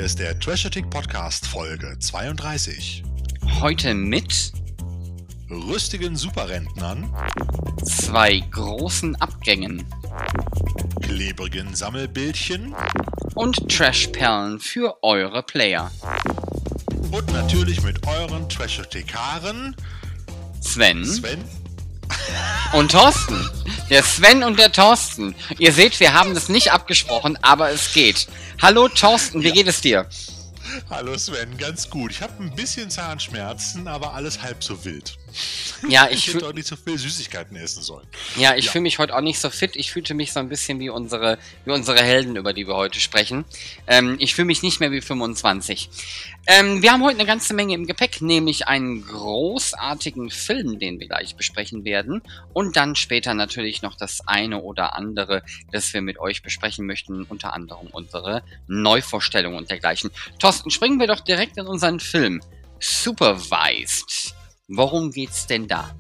ist der Trashatic Podcast Folge 32. Heute mit Rüstigen Superrentnern, 2 großen Abgängen klebrigen Sammelbildchen und Trashperlen für eure Player. und natürlich mit euren Trashatikaren Sven Sven. und Thorsten. Der Sven und der Thorsten. Ihr seht, wir haben das nicht abgesprochen, aber es geht. Hallo Thorsten, wie geht es dir? Hallo Sven, ganz gut. Ich habe ein bisschen Zahnschmerzen, aber alles halb so wild. Ja, Ich hätte auch nicht so viel Süßigkeiten essen sollen. Ja, ich fühle mich heute auch nicht so fit. Ich fühlte mich so ein bisschen wie unsere Helden, über die wir heute sprechen. Ich fühle mich nicht mehr wie 25. Wir haben heute eine ganze Menge im Gepäck, nämlich einen großartigen Film, den wir gleich besprechen werden. Und dann später natürlich noch das eine oder andere, das wir mit euch besprechen möchten. Unter anderem unsere Neuvorstellung und dergleichen. Thorsten, springen wir doch direkt in unseren Film. Supervised. Worum geht's denn da?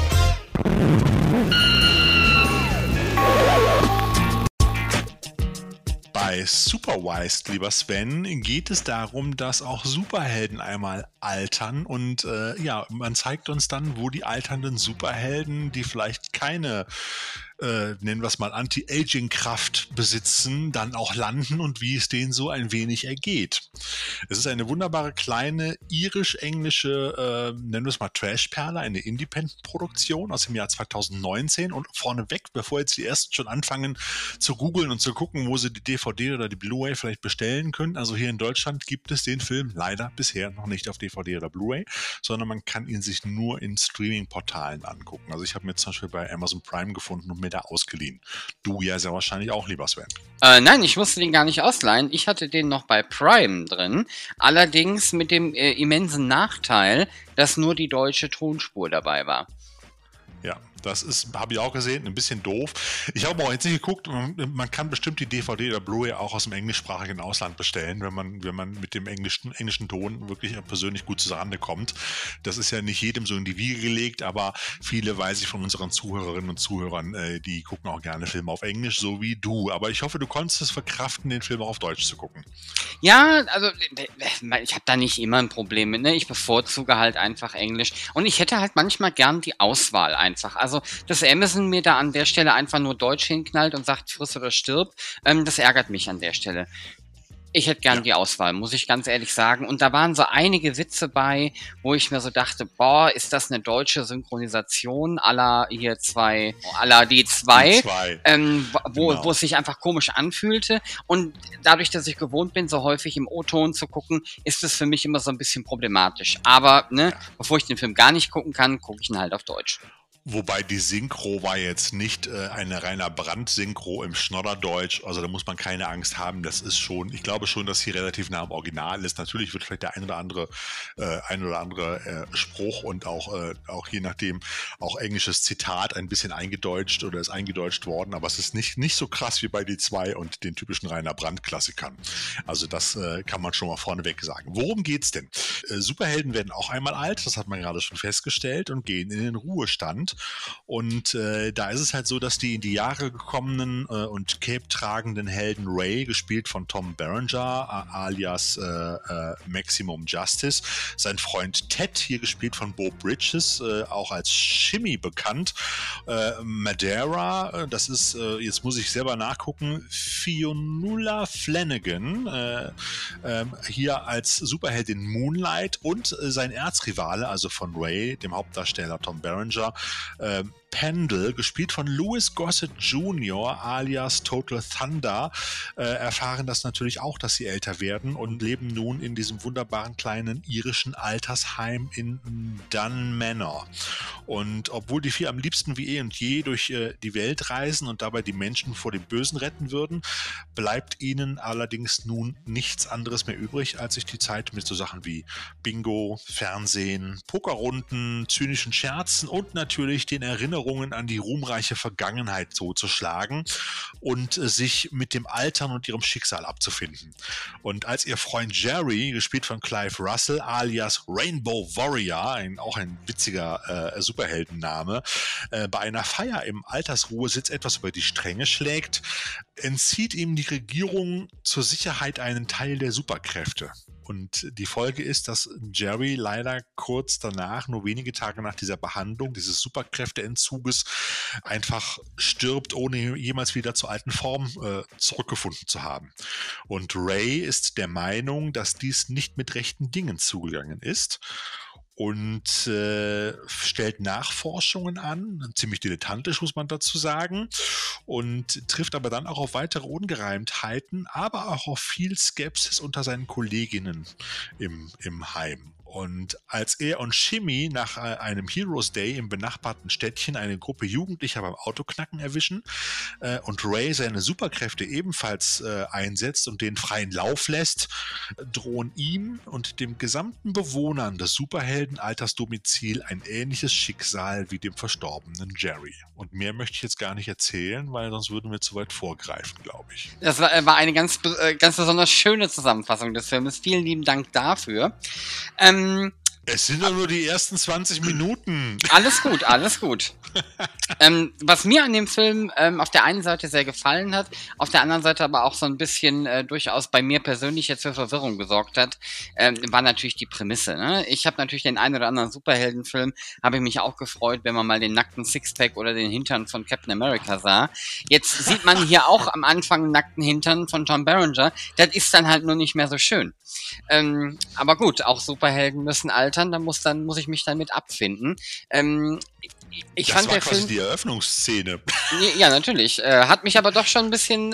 Bei Supervised, lieber Sven, geht es darum, dass auch Superhelden einmal altern und man zeigt uns dann, wo die alternden Superhelden, die vielleicht keine nennen wir es mal, Anti-Aging-Kraft besitzen, dann auch landen und wie es denen so ein wenig ergeht. Es ist eine wunderbare kleine irisch-englische, nennen wir es mal Trash-Perle, eine Independent-Produktion aus dem Jahr 2019 und vorneweg, bevor jetzt die ersten schon anfangen zu googeln und zu gucken, wo sie die DVD oder die Blu-ray vielleicht bestellen können. Also hier in Deutschland gibt es den Film leider bisher noch nicht auf DVD oder Blu-ray, sondern man kann ihn sich nur in Streaming-Portalen angucken. Also ich habe mir zum Beispiel bei Amazon Prime gefunden und mir da ausgeliehen. Du ja sehr wahrscheinlich auch, lieber Sven. Nein, ich musste den gar nicht ausleihen. Ich hatte den noch bei Prime drin. Allerdings mit dem immensen Nachteil, dass nur die deutsche Tonspur dabei war. Ja, das ist, habe ich auch gesehen, ein bisschen doof. Ich habe auch jetzt nicht geguckt, man kann bestimmt die DVD oder Blu-ray auch aus dem englischsprachigen Ausland bestellen, wenn man mit dem englischen Ton wirklich persönlich gut zurande kommt. Das ist ja nicht jedem so in die Wiege gelegt, aber viele weiß ich von unseren Zuhörerinnen und Zuhörern, die gucken auch gerne Filme auf Englisch, so wie du. Aber ich hoffe, du konntest es verkraften, den Film auch auf Deutsch zu gucken. Ja, also ich habe da nicht immer ein Problem mit, ne? Ich bevorzuge halt einfach Englisch und ich hätte halt manchmal gern die Auswahl einfach. Also, dass Amazon mir da an der Stelle einfach nur Deutsch hinknallt und sagt, friss oder stirb, das ärgert mich an der Stelle. Ich hätte gern die Auswahl, muss ich ganz ehrlich sagen. Und da waren so einige Witze bei, wo ich mir so dachte, boah, ist das eine deutsche Synchronisation à la hier à la D2, wo es sich einfach komisch anfühlte. Und dadurch, dass ich gewohnt bin, so häufig im O-Ton zu gucken, ist es für mich immer so ein bisschen problematisch. Aber, bevor ich den Film gar nicht gucken kann, gucke ich ihn halt auf Deutsch. Wobei die Synchro war jetzt nicht eine reiner Brand-Synchro im Schnodderdeutsch, also da muss man keine Angst haben, das ist schon, ich glaube schon, dass sie relativ nah am Original ist. Natürlich wird vielleicht der ein oder andere Spruch und auch je nachdem auch englisches Zitat ein bisschen eingedeutscht oder ist eingedeutscht worden, aber es ist nicht so krass wie bei die 2 und den typischen Rainer Brandt-Klassikern. Also das kann man schon mal vorneweg sagen. Worum geht's denn? Superhelden werden auch einmal alt, das hat man gerade schon festgestellt, und gehen in den Ruhestand. Und da ist es halt so, dass die in die Jahre gekommenen und Cape-tragenden Helden Ray, gespielt von Tom Berenger, alias Maximum Justice, sein Freund Ted, hier gespielt von Beau Bridges, auch als Shimmy bekannt, Madeira, das ist, jetzt muss ich selber nachgucken, Fionnuala Flanagan, hier als Superheldin Moonlight und sein Erzrivale, also von Ray, dem Hauptdarsteller Tom Berenger, Pendle, gespielt von Louis Gossett Jr. alias Total Thunder, erfahren das natürlich auch, dass sie älter werden und leben nun in diesem wunderbaren kleinen irischen Altersheim in Dun Manor. Und obwohl die 4 am liebsten wie eh und je durch die Welt reisen und dabei die Menschen vor dem Bösen retten würden, bleibt ihnen allerdings nun nichts anderes mehr übrig, als sich die Zeit mit so Sachen wie Bingo, Fernsehen, Pokerrunden, zynischen Scherzen und natürlich den Erinnerungen Erinnerungen an die ruhmreiche Vergangenheit so zu schlagen und sich mit dem Altern und ihrem Schicksal abzufinden. Und als ihr Freund Jerry, gespielt von Clive Russell, alias Rainbow Warrior, auch ein witziger Superheldenname, bei einer Feier im Altersruhesitz etwas über die Stränge schlägt, entzieht ihm die Regierung zur Sicherheit einen Teil der Superkräfte. Und die Folge ist, dass Jerry leider kurz danach, nur wenige Tage nach dieser Behandlung, dieses Superkräfteentzuges, einfach stirbt, ohne jemals wieder zur alten Form zurückgefunden zu haben. Und Ray ist der Meinung, dass dies nicht mit rechten Dingen zugegangen ist. Und stellt Nachforschungen an, ziemlich dilettantisch muss man dazu sagen, und trifft aber dann auch auf weitere Ungereimtheiten, aber auch auf viel Skepsis unter seinen Kolleginnen im Heim. Und als er und Shimmy nach einem Heroes Day im benachbarten Städtchen eine Gruppe Jugendlicher beim Autoknacken erwischen und Ray seine Superkräfte ebenfalls einsetzt und den freien Lauf lässt, drohen ihm und dem gesamten Bewohnern des Superhelden-Altersdomizil ein ähnliches Schicksal wie dem verstorbenen Jerry. Und mehr möchte ich jetzt gar nicht erzählen, weil sonst würden wir zu weit vorgreifen, glaube ich. Das war eine ganz besonders schöne Zusammenfassung des Filmes. Vielen lieben Dank dafür. Es sind doch nur die ersten 20 Minuten. Alles gut, alles gut. Was mir an dem Film auf der einen Seite sehr gefallen hat, auf der anderen Seite aber auch so ein bisschen durchaus bei mir persönlich jetzt für Verwirrung gesorgt hat, war natürlich die Prämisse. Ne? Ich habe natürlich den einen oder anderen Superheldenfilm, habe ich mich auch gefreut, wenn man mal den nackten Sixpack oder den Hintern von Captain America sah. Jetzt sieht man hier auch am Anfang einen nackten Hintern von John Berenger. Das ist dann halt nur nicht mehr so schön. Aber gut, auch Superhelden müssen altern, da muss ich mich dann mit abfinden. Ich das fand war der quasi Film, die Eröffnungsszene. ja, natürlich, hat mich aber doch schon ein bisschen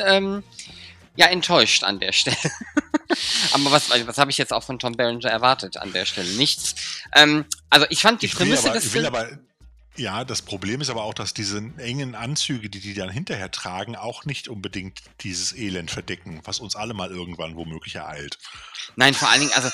enttäuscht an der Stelle. Aber was habe ich jetzt auch von Tom Berenger erwartet an der Stelle? Nichts. Also ich fand die Prämisse des Films. Ja, das Problem ist aber auch, dass diese engen Anzüge, die dann hinterher tragen, auch nicht unbedingt dieses Elend verdecken, was uns alle mal irgendwann womöglich ereilt. Nein, vor allen Dingen, also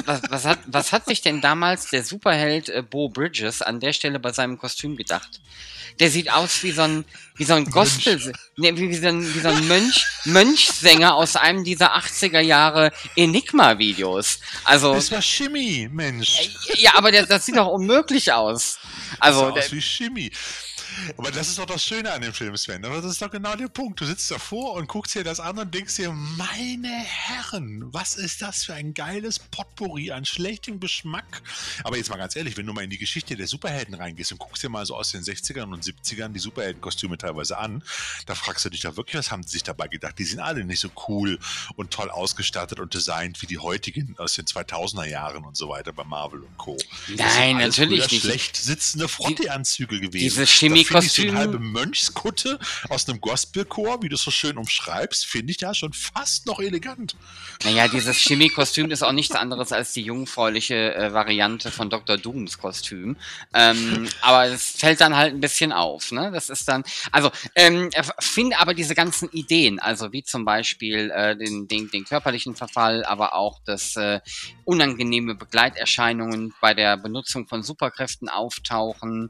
was hat sich denn damals der Superheld Beau Bridges an der Stelle bei seinem Kostüm gedacht? Der sieht aus wie so ein Gospel, wie so ein Mönchsänger aus einem dieser 80er Jahre Enigma-Videos. Also. Das war Shimmy, Mensch. Ja, aber das sieht doch unmöglich aus. Also. Das sah aus wie Shimmy. Aber das ist doch das Schöne an dem Film, Sven. Aber das ist doch genau der Punkt. Du sitzt davor und guckst dir das an und denkst dir, meine Herren, was ist das für ein geiles Potpourri an schlechtem Geschmack. Aber jetzt mal ganz ehrlich, wenn du mal in die Geschichte der Superhelden reingehst und guckst dir mal so aus den 60ern und 70ern die Superheldenkostüme teilweise an, da fragst du dich doch wirklich, was haben sie sich dabei gedacht? Die sind alle nicht so cool und toll ausgestattet und designt wie die heutigen aus den 2000er Jahren und so weiter bei Marvel und Co. Nein, natürlich nicht. Schlecht sitzende Fronteanzüge gewesen. Diese Chemie finde ich so eine halbe Mönchskutte aus einem Gospelchor, wie du es so schön umschreibst, finde ich ja schon fast noch elegant. Naja, dieses Chemiekostüm ist auch nichts anderes als die jungfräuliche Variante von Dr. Dooms Kostüm. Aber es fällt dann halt ein bisschen auf. Ne? Das ist dann, also finde aber diese ganzen Ideen, also wie zum Beispiel den körperlichen Verfall, aber auch das unangenehme Begleiterscheinungen bei der Benutzung von Superkräften auftauchen,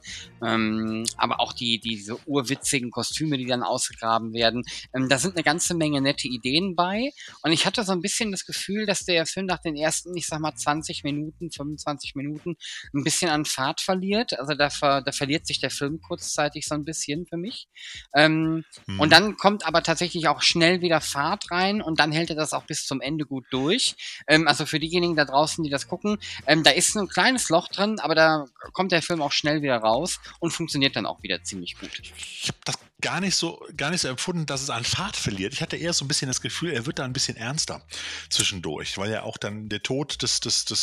aber auch diese urwitzigen Kostüme, die dann ausgegraben werden. Da sind eine ganze Menge nette Ideen bei. Und ich hatte so ein bisschen das Gefühl, dass der Film nach den ersten, ich sag mal 20 Minuten, 25 Minuten ein bisschen an Fahrt verliert. Also da verliert sich der Film kurzzeitig so ein bisschen für mich. Und dann kommt aber tatsächlich auch schnell wieder Fahrt rein und dann hält er das auch bis zum Ende gut durch. Also für diejenigen da draußen, die das gucken, da ist ein kleines Loch drin, aber da kommt der Film auch schnell wieder raus und funktioniert dann auch wieder ziemlich gut. Ich habe das gar nicht so empfunden, dass es an Fahrt verliert. Ich hatte eher so ein bisschen das Gefühl, er wird da ein bisschen ernster zwischendurch, weil ja auch dann der Tod des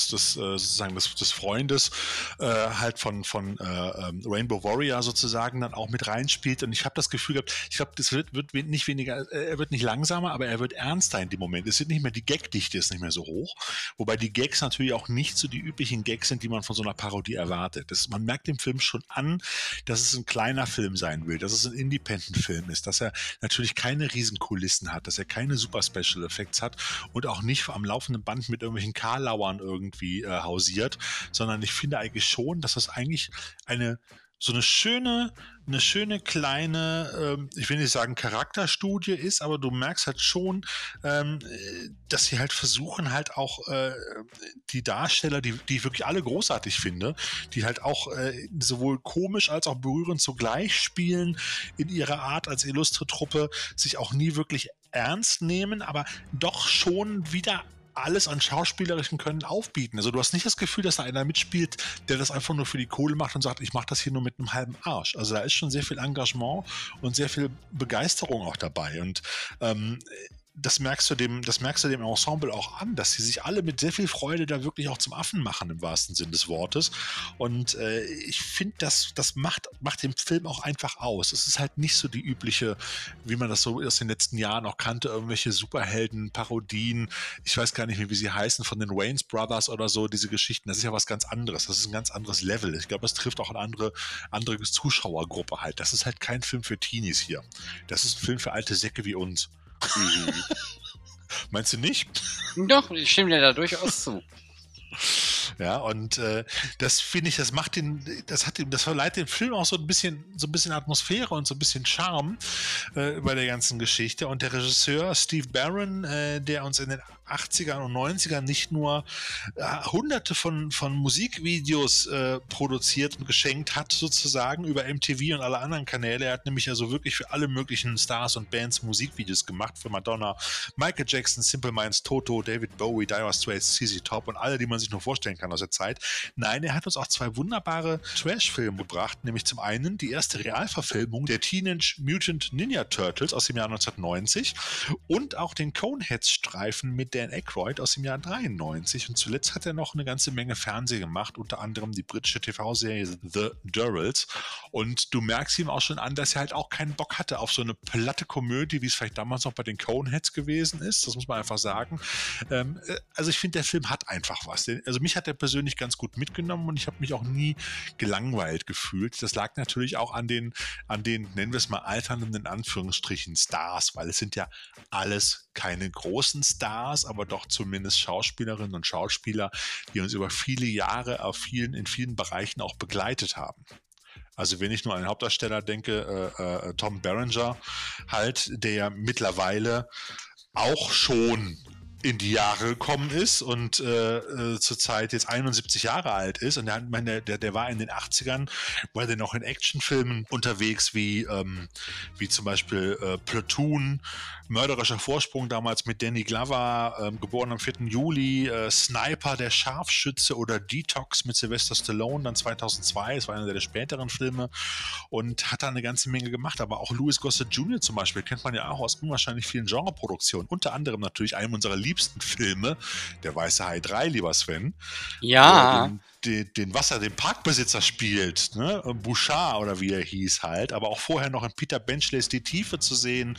Freundes halt von Rainbow Warrior sozusagen dann auch mit reinspielt. Und ich habe das Gefühl gehabt, ich glaube, das wird nicht weniger, er wird nicht langsamer, aber er wird ernster in dem Moment. Es wird nicht mehr, die Gagdichte ist nicht mehr so hoch, wobei die Gags natürlich auch nicht so die üblichen Gags sind, die man von so einer Parodie erwartet. Man merkt dem Film schon an, dass es ein kleiner Film sein will, dass es ein Independent-Film ist, dass er natürlich keine Riesenkulissen hat, dass er keine super Special Effects hat und auch nicht am laufenden Band mit irgendwelchen Karlauern irgendwie hausiert, sondern ich finde eigentlich schon, dass das eigentlich eine so eine schöne kleine, ich will nicht sagen Charakterstudie ist, aber du merkst halt schon, dass sie halt versuchen halt auch die Darsteller, die ich wirklich alle großartig finde, die halt auch sowohl komisch als auch berührend zugleich spielen in ihrer Art als illustre Truppe, sich auch nie wirklich ernst nehmen, aber doch schon wieder alles an schauspielerischen Können aufbieten. Also du hast nicht das Gefühl, dass da einer mitspielt, der das einfach nur für die Kohle macht und sagt, ich mache das hier nur mit einem halben Arsch. Also da ist schon sehr viel Engagement und sehr viel Begeisterung auch dabei. Und das merkst du dem Ensemble auch an, dass sie sich alle mit sehr viel Freude da wirklich auch zum Affen machen, im wahrsten Sinn des Wortes. Und ich finde, das macht den Film auch einfach aus. Es ist halt nicht so die übliche, wie man das so aus den letzten Jahren auch kannte, irgendwelche Superhelden, Parodien, ich weiß gar nicht mehr, wie sie heißen, von den Wayans Brothers oder so, diese Geschichten. Das ist ja was ganz anderes. Das ist ein ganz anderes Level. Ich glaube, das trifft auch eine andere Zuschauergruppe halt. Das ist halt kein Film für Teenies hier. Das ist ein Film für alte Säcke wie uns. Mhm. Meinst du nicht? Doch, ich stimme dir da durchaus zu. Ja, und das finde ich, das verleiht dem Film auch so ein bisschen Atmosphäre und so ein bisschen Charme bei der ganzen Geschichte. Und der Regisseur Steve Barron, der uns in den 80ern und 90ern nicht nur hunderte von Musikvideos produziert und geschenkt hat, sozusagen, über MTV und alle anderen Kanäle. Er hat nämlich also wirklich für alle möglichen Stars und Bands Musikvideos gemacht, für Madonna, Michael Jackson, Simple Minds, Toto, David Bowie, Dire Straits, ZZ Top und alle, die man sich nur vorstellen kann aus der Zeit. Nein, er hat uns auch zwei wunderbare Trash-Filme gebracht, nämlich zum einen die erste Realverfilmung der Teenage Mutant Ninja Turtles aus dem Jahr 1990 und auch den Coneheads-Streifen mit Dan Aykroyd aus dem Jahr 93. Und zuletzt hat er noch eine ganze Menge Fernsehen gemacht, unter anderem die britische TV-Serie The Durrells. Und du merkst ihm auch schon an, dass er halt auch keinen Bock hatte auf so eine platte Komödie, wie es vielleicht damals noch bei den Coneheads gewesen ist. Das muss man einfach sagen. Also ich finde, der Film hat einfach was. Also mich hat er persönlich ganz gut mitgenommen und ich habe mich auch nie gelangweilt gefühlt. Das lag natürlich auch an den, nennen wir es mal, alternden, in Anführungsstrichen, Stars, weil es sind ja alles keine großen Stars, aber doch zumindest Schauspielerinnen und Schauspieler, die uns über viele Jahre in vielen Bereichen auch begleitet haben. Also wenn ich nur an den Hauptdarsteller denke, Tom Berenger halt, der ja mittlerweile auch schon in die Jahre gekommen ist und zurzeit jetzt 71 Jahre alt ist. Und der war in den 80ern, war der noch in Actionfilmen unterwegs, wie zum Beispiel Platoon, Mörderischer Vorsprung damals mit Danny Glover, geboren am 4. Juli, Sniper, der Scharfschütze oder Detox mit Sylvester Stallone, dann 2002, das war einer der späteren Filme und hat da eine ganze Menge gemacht, aber auch Louis Gossett Jr. zum Beispiel, kennt man ja auch aus unwahrscheinlich vielen Genreproduktionen, unter anderem natürlich einem unserer liebsten Filme, Der Weiße Hai 3, lieber Sven, Ja. den Parkbesitzer spielt, ne? Bouchard oder wie er hieß halt, aber auch vorher noch in Peter Benchleys Die Tiefe zu sehen.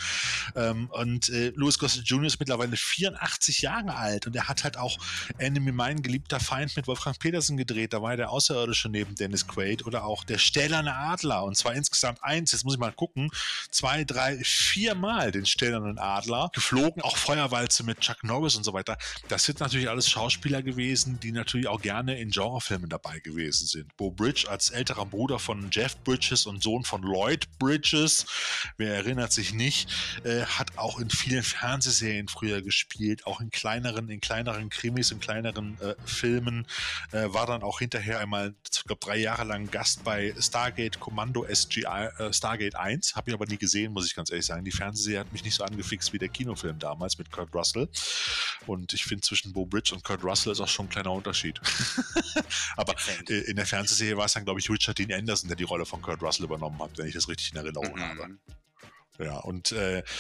Und Louis Gossett Jr. ist mittlerweile 84 Jahre alt und er hat halt auch Enemy Mine, geliebter Feind mit Wolfgang Petersen gedreht. Da war er der Außerirdische neben Dennis Quaid oder auch der Stählerne Adler und zwar insgesamt jetzt muss ich mal gucken, 2, 3, 4 Mal den Stählernen Adler geflogen, auch Feuerwalze mit Chuck Norris und so weiter. Das sind natürlich alles Schauspieler gewesen, die natürlich auch gerne in Genrefilmen dabei gewesen sind. Beau Bridge als älterer Bruder von Jeff Bridges und Sohn von Lloyd Bridges, wer erinnert sich nicht, hat auch in vielen Fernsehserien früher gespielt, auch in kleineren Krimis, in kleineren Filmen, war dann auch hinterher einmal, ich glaube 3 Jahre lang Gast bei Stargate Kommando Stargate 1, habe ich aber nie gesehen, muss ich ganz ehrlich sagen. Die Fernsehserie hat mich nicht so angefixt wie der Kinofilm damals mit Kurt Russell und ich finde, zwischen Beau Bridge und Kurt Russell ist auch schon ein kleiner Unterschied. Aber in der Fernsehserie war es dann, glaube ich, Richard Dean Anderson, der die Rolle von Kurt Russell übernommen hat, wenn ich das richtig in Erinnerung habe. Ja, und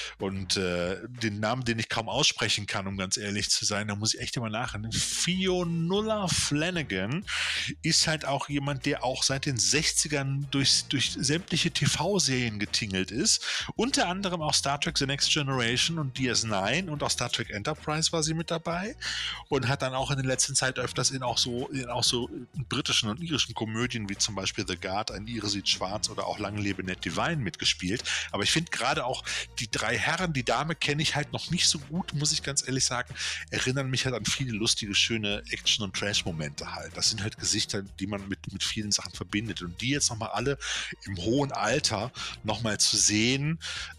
den Namen, den ich kaum aussprechen kann, um ganz ehrlich zu sein, da muss ich echt immer nachdenken. Fionnuala Flanagan ist halt auch jemand, der auch seit den 60ern durch sämtliche TV-Serien getingelt ist. Unter anderem auch Star Trek The Next Generation und DS9 und auch Star Trek Enterprise war sie mit dabei und hat dann auch in der letzten Zeit öfters in auch so britischen und irischen Komödien wie zum Beispiel The Guard, Ein Ire sieht schwarz oder auch Lange lebe Ned Divine mitgespielt. Aber ich finde gerade gerade auch die 3 Herren, die Dame kenne ich halt noch nicht so gut, muss ich ganz ehrlich sagen, erinnern mich halt an viele lustige, schöne Action- und Trash-Momente halt. Das sind halt Gesichter, die man mit vielen Sachen verbindet. Und die jetzt nochmal alle im hohen Alter nochmal zu sehen,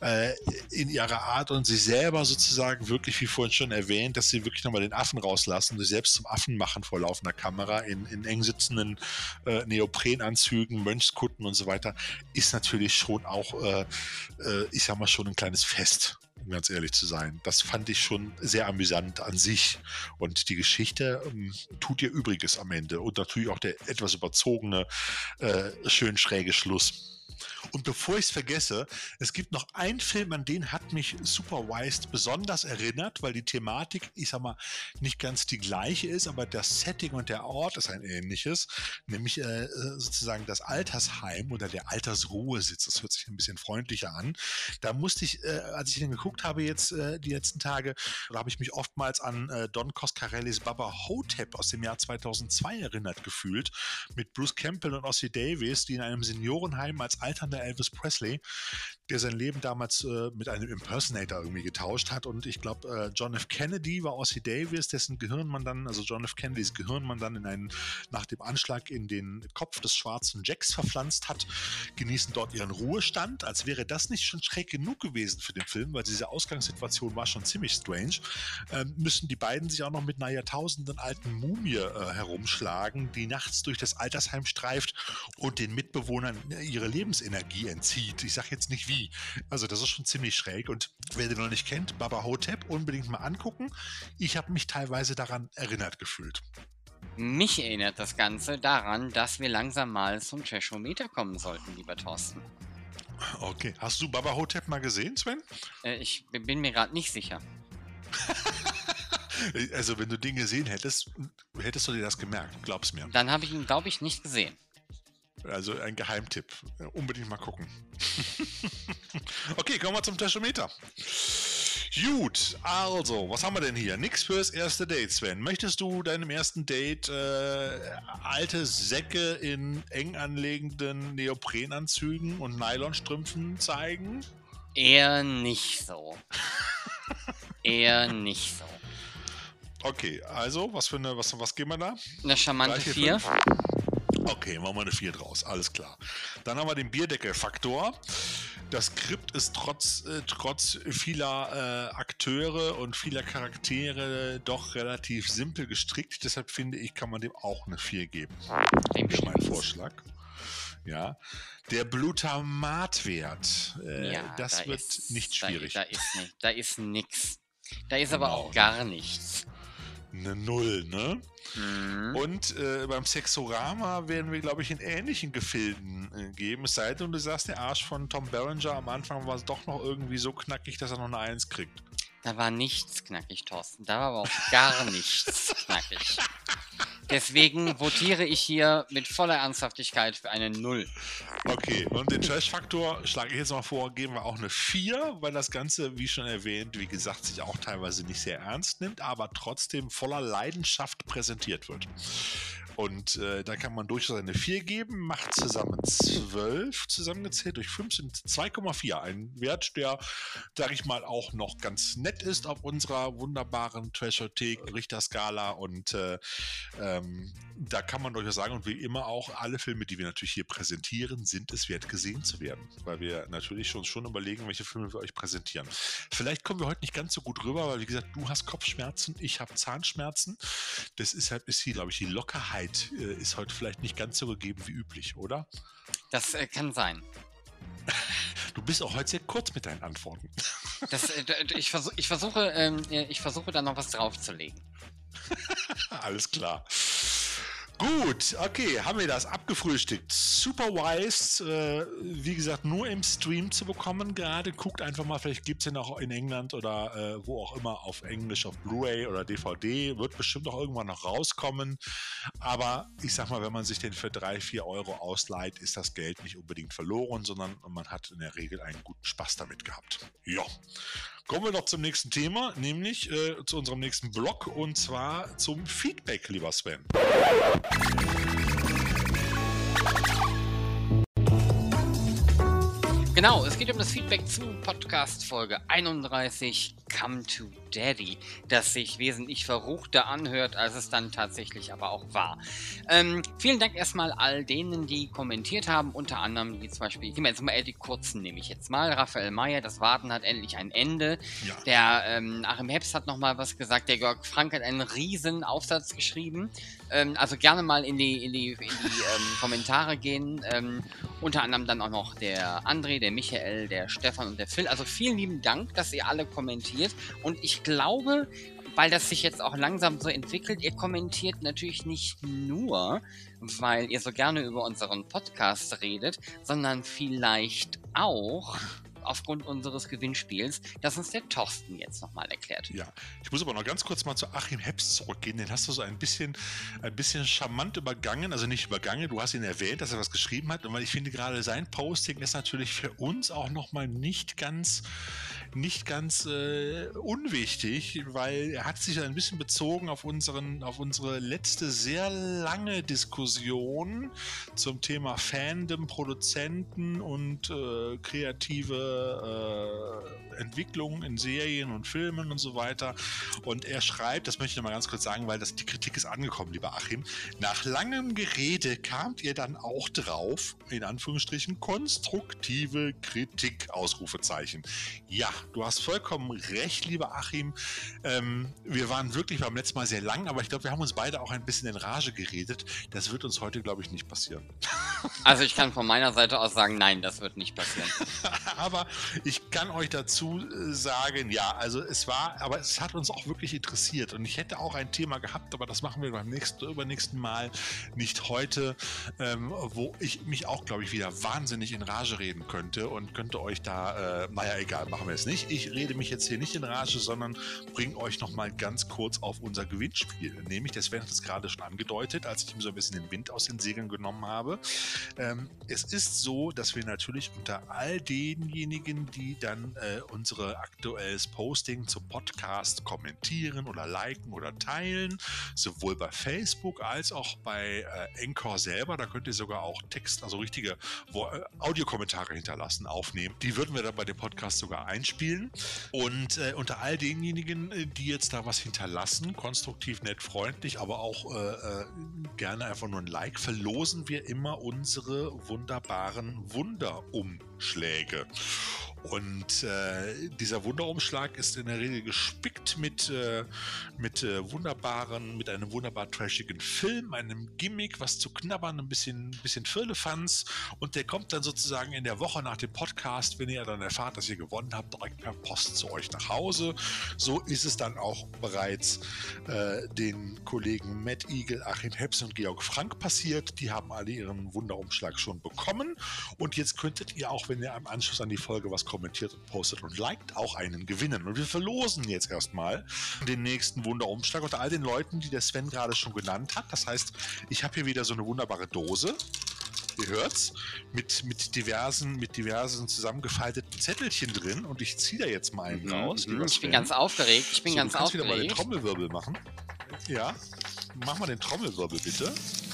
in ihrer Art und sich selber sozusagen wirklich, wie vorhin schon erwähnt, dass sie wirklich nochmal den Affen rauslassen, sich selbst zum Affen machen vor laufender Kamera in eng sitzenden Neoprenanzügen, Mönchskutten und so weiter, ist natürlich schon auch, ich sag mal, schon ein kleines Fest, um ganz ehrlich zu sein. Das fand ich schon sehr amüsant an sich. Und die Geschichte tut ihr Übriges am Ende. Und natürlich auch der etwas überzogene, schön schräge Schluss. Und bevor ich es vergesse, es gibt noch einen Film, an den hat mich Superwise besonders erinnert, weil die Thematik, ich sag mal, nicht ganz die gleiche ist, aber das Setting und der Ort ist ein ähnliches, nämlich sozusagen das Altersheim oder der Altersruhesitz. Das hört sich ein bisschen freundlicher an. Da musste ich, als ich den geguckt habe jetzt die letzten Tage, da habe ich mich oftmals an Don Coscarellis Baba Hotep aus dem Jahr 2002 erinnert gefühlt, mit Bruce Campbell und Ossie Davis, die in einem Seniorenheim als alternder Elvis Presley, der sein Leben damals mit einem Impersonator irgendwie getauscht hat. Und ich glaube, John F. Kennedy war Ossie Davis, dessen Gehirn man dann, also John F. Kennedys Gehirn man dann nach dem Anschlag in den Kopf des schwarzen Jacks verpflanzt hat, genießen dort ihren Ruhestand. Als wäre das nicht schon schräg genug gewesen für den Film, weil diese Ausgangssituation war schon ziemlich strange, müssen die beiden sich auch noch mit einer jahrtausenden alten Mumie herumschlagen, die nachts durch das Altersheim streift und den Mitbewohnern ihre Lebensenergie entzieht. Ich sage jetzt nicht wie. Also das ist schon ziemlich schräg. Und wer den noch nicht kennt, Baba Hotep, unbedingt mal angucken. Ich habe mich teilweise daran erinnert gefühlt. Mich erinnert das Ganze daran, dass wir langsam mal zum Trashometer kommen sollten, lieber Thorsten. Okay. Hast du Baba Hotep mal gesehen, Sven? Ich bin mir gerade nicht sicher. Also wenn du den gesehen hättest, hättest du dir das gemerkt. Glaub's mir. Dann habe ich ihn, glaube ich, nicht gesehen. Also ein Geheimtipp. Unbedingt mal gucken. Okay, kommen wir zum Trashometer. Gut, also, was haben wir denn hier? Nix fürs erste Date, Sven. Möchtest du deinem ersten Date alte Säcke in eng anlegenden Neoprenanzügen und Nylonstrümpfen zeigen? Eher nicht so. Eher nicht so. Okay, also, was geben wir da? Eine charmante 4. Okay, machen wir eine 4 draus, alles klar. Dann haben wir den Bierdeckel-Faktor. Das Skript ist trotz vieler Akteure und vieler Charaktere doch relativ simpel gestrickt. Deshalb finde ich, kann man dem auch eine 4 geben. Das ist mein Vorschlag. Ja. Der Blutamatwert, das wird nicht schwierig. Da ist nix. Da ist aber auch gar nichts. Eine 0, ne? Mhm. Und beim Sexorama werden wir, glaube ich, in ähnlichen Gefilden geben. Es sei denn, du sagst, der Arsch von Tom Berenger am Anfang war es doch noch irgendwie so knackig, dass er noch eine 1 kriegt. Da war nichts knackig, Thorsten. Da war aber auch gar nichts knackig. Deswegen votiere ich hier mit voller Ernsthaftigkeit für eine 0. Okay, und den Trash-Faktor schlage ich jetzt mal vor, geben wir auch eine 4, weil das Ganze, wie schon erwähnt, wie gesagt, sich auch teilweise nicht sehr ernst nimmt, aber trotzdem voller Leidenschaft präsentiert wird. Und da kann man durchaus eine 4 geben, macht zusammen 12, zusammengezählt durch 5 sind 2,4. Ein Wert, der, sage ich mal, auch noch ganz nett ist auf unserer wunderbaren Trashothek-Richterskala. Und da kann man durchaus sagen, und wie immer auch, alle Filme, die wir natürlich hier präsentieren, sind es wert, gesehen zu werden. Weil wir natürlich schon überlegen, welche Filme wir euch präsentieren. Vielleicht kommen wir heute nicht ganz so gut rüber, weil, wie gesagt, du hast Kopfschmerzen, ich habe Zahnschmerzen. Deshalb ist hier, glaube ich, die Lockerheit ist heute vielleicht nicht ganz so gegeben wie üblich, oder? Das kann sein. Du bist auch heute sehr kurz mit deinen Antworten. Ich versuche da noch was draufzulegen. Alles klar. Gut, okay, haben wir das abgefrühstückt. Superwise, wie gesagt, nur im Stream zu bekommen gerade. Guckt einfach mal, vielleicht gibt es den auch in England oder wo auch immer auf Englisch, auf Blu-ray oder DVD. Wird bestimmt auch irgendwann noch rauskommen. Aber ich sag mal, wenn man sich den für 3-4 Euro ausleiht, ist das Geld nicht unbedingt verloren, sondern man hat in der Regel einen guten Spaß damit gehabt. Ja. Kommen wir doch zum nächsten Thema, nämlich zu unserem nächsten Blog, und zwar zum Feedback, lieber Sven. Genau, es geht um das Feedback zu Podcast-Folge 31, Come to Daddy, das sich wesentlich verruchter anhört, als es dann tatsächlich aber auch war. Vielen Dank erstmal all denen, die kommentiert haben, unter anderem, wie zum Beispiel, ich nehme jetzt mal eher die kurzen, nehme ich jetzt mal, Raphael Meyer, das Warten hat endlich ein Ende. Ja. Der Achim Heps hat nochmal was gesagt, der Georg Frank hat einen riesen Aufsatz geschrieben, also gerne mal in die Kommentare gehen, unter anderem dann auch noch der André, der Michael, der Stefan und der Phil. Also vielen lieben Dank, dass ihr alle kommentiert. Und ich glaube, weil das sich jetzt auch langsam so entwickelt, ihr kommentiert natürlich nicht nur, weil ihr so gerne über unseren Podcast redet, sondern vielleicht auch aufgrund unseres Gewinnspiels, das uns der Thorsten jetzt nochmal erklärt. Ja, ich muss aber noch ganz kurz mal zu Achim Heps zurückgehen. Den hast du so ein bisschen charmant übergangen, also nicht übergangen, du hast ihn erwähnt, dass er was geschrieben hat, und weil ich finde, gerade sein Posting ist natürlich für uns auch nochmal nicht ganz unwichtig, weil er hat sich ein bisschen bezogen auf unsere letzte sehr lange Diskussion zum Thema Fandom, Produzenten und kreative Entwicklung in Serien und Filmen und so weiter. Und er schreibt, das möchte ich noch mal ganz kurz sagen, weil die Kritik ist angekommen, lieber Achim. Nach langem Gerede kamt ihr dann auch drauf, in Anführungsstrichen, konstruktive Kritik, Ausrufezeichen. Ja, du hast vollkommen recht, lieber Achim. Wir waren wirklich beim letzten Mal sehr lang, aber ich glaube, wir haben uns beide auch ein bisschen in Rage geredet. Das wird uns heute, glaube ich, nicht passieren. Also ich kann von meiner Seite aus sagen, nein, das wird nicht passieren. Aber ich kann euch dazu sagen, ja, also aber es hat uns auch wirklich interessiert, und ich hätte auch ein Thema gehabt, aber das machen wir beim übernächsten Mal, nicht heute, wo ich mich auch, glaube ich, wieder wahnsinnig in Rage reden könnte und könnte euch da, naja, egal, machen wir es nicht. Ich rede mich jetzt hier nicht in Rage, sondern bringe euch nochmal ganz kurz auf unser Gewinnspiel. Nämlich, der Sven hat es gerade schon angedeutet, als ich ihm so ein bisschen den Wind aus den Segeln genommen habe. Es ist so, dass wir natürlich unter all denjenigen, die dann unser aktuelles Posting zum Podcast kommentieren oder liken oder teilen, sowohl bei Facebook als auch bei Anchor selber, da könnt ihr sogar auch Text, also richtige Audiokommentare hinterlassen, aufnehmen. Die würden wir dann bei dem Podcast sogar einspielen. Und unter all denjenigen, die jetzt da was hinterlassen, konstruktiv, nett, freundlich, aber auch gerne einfach nur ein Like, verlosen wir immer unsere wunderbaren Wunderumschläge. Und dieser Wunderumschlag ist in der Regel gespickt mit einem wunderbar trashigen Film, einem Gimmick, was zu knabbern, ein bisschen Firlefanz, und der kommt dann sozusagen in der Woche nach dem Podcast, wenn ihr dann erfahrt, dass ihr gewonnen habt, direkt per Post zu euch nach Hause. So ist es dann auch bereits den Kollegen Matt Eagle, Achim Heps und Georg Frank passiert. Die haben alle ihren Wunderumschlag schon bekommen, und jetzt könntet ihr auch, wenn ihr im Anschluss an die Folge was kommentiert und postet und liked, auch einen gewinnen. Und wir verlosen jetzt erstmal den nächsten Wunderumschlag unter all den Leuten, die der Sven gerade schon genannt hat. Das heißt, ich habe hier wieder so eine wunderbare Dose, ihr hört's, mit diversen zusammengefalteten Zettelchen drin, und ich ziehe da jetzt mal einen raus. Ich bin ganz aufgeregt. Du kannst wieder mal den Trommelwirbel machen. Ja, mach mal den Trommelwirbel bitte.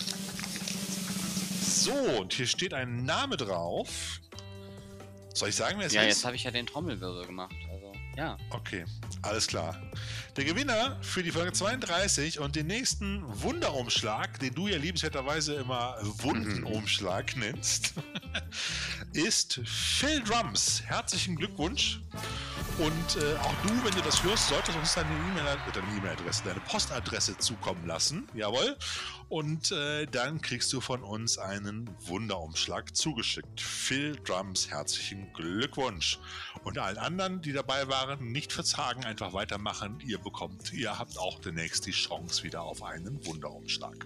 So, und hier steht ein Name drauf. Soll ich sagen, wer es ist? Ja, jetzt habe ich ja den Trommelwirbel gemacht. Also, ja. Okay, alles klar. Der Gewinner für die Folge 32 und den nächsten Wunderumschlag, den du ja liebenswerterweise immer Wundenumschlag nennst, ist Phil Drums. Herzlichen Glückwunsch. Und auch du, wenn du das hörst, solltest uns deine E-Mail-Adresse, deine Postadresse zukommen lassen. Jawohl. Und dann kriegst du von uns einen Wunderumschlag zugeschickt. Phil Drums, herzlichen Glückwunsch. Und allen anderen, die dabei waren, nicht verzagen, einfach weitermachen. Ihr habt auch demnächst die Chance wieder auf einen Wunderumschlag.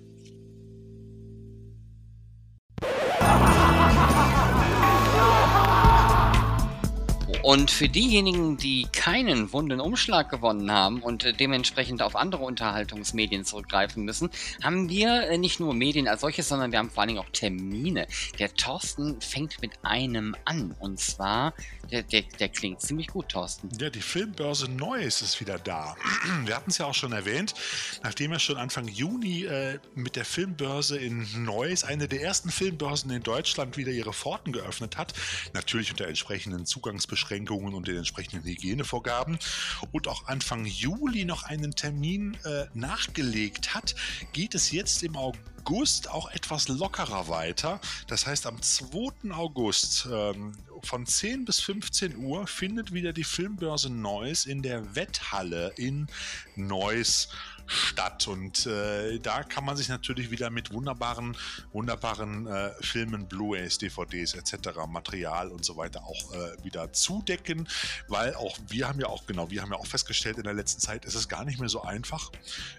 Und für diejenigen, die keinen wunden Umschlag gewonnen haben und dementsprechend auf andere Unterhaltungsmedien zurückgreifen müssen, haben wir nicht nur Medien als solches, sondern wir haben vor allen Dingen auch Termine. Der Thorsten fängt mit einem an. Und zwar, der klingt ziemlich gut, Thorsten. Ja, die Filmbörse Neuss ist wieder da. Wir hatten es ja auch schon erwähnt, nachdem er schon Anfang Juni mit der Filmbörse in Neuss, eine der ersten Filmbörsen in Deutschland, wieder ihre Pforten geöffnet hat. Natürlich unter entsprechenden Zugangsbeschränkungen und den entsprechenden Hygienevorgaben. Und auch Anfang Juli noch einen Termin nachgelegt hat, geht es jetzt im August auch etwas lockerer weiter. Das heißt, am 2. August von 10 bis 15 Uhr findet wieder die Filmbörse Neuss in der Wetthalle in Neuss statt. Und da kann man sich natürlich wieder mit wunderbaren Filmen, Blu-rays, DVDs etc., Material und so weiter auch wieder zudecken, weil auch wir haben ja auch festgestellt in der letzten Zeit, ist es gar nicht mehr so einfach,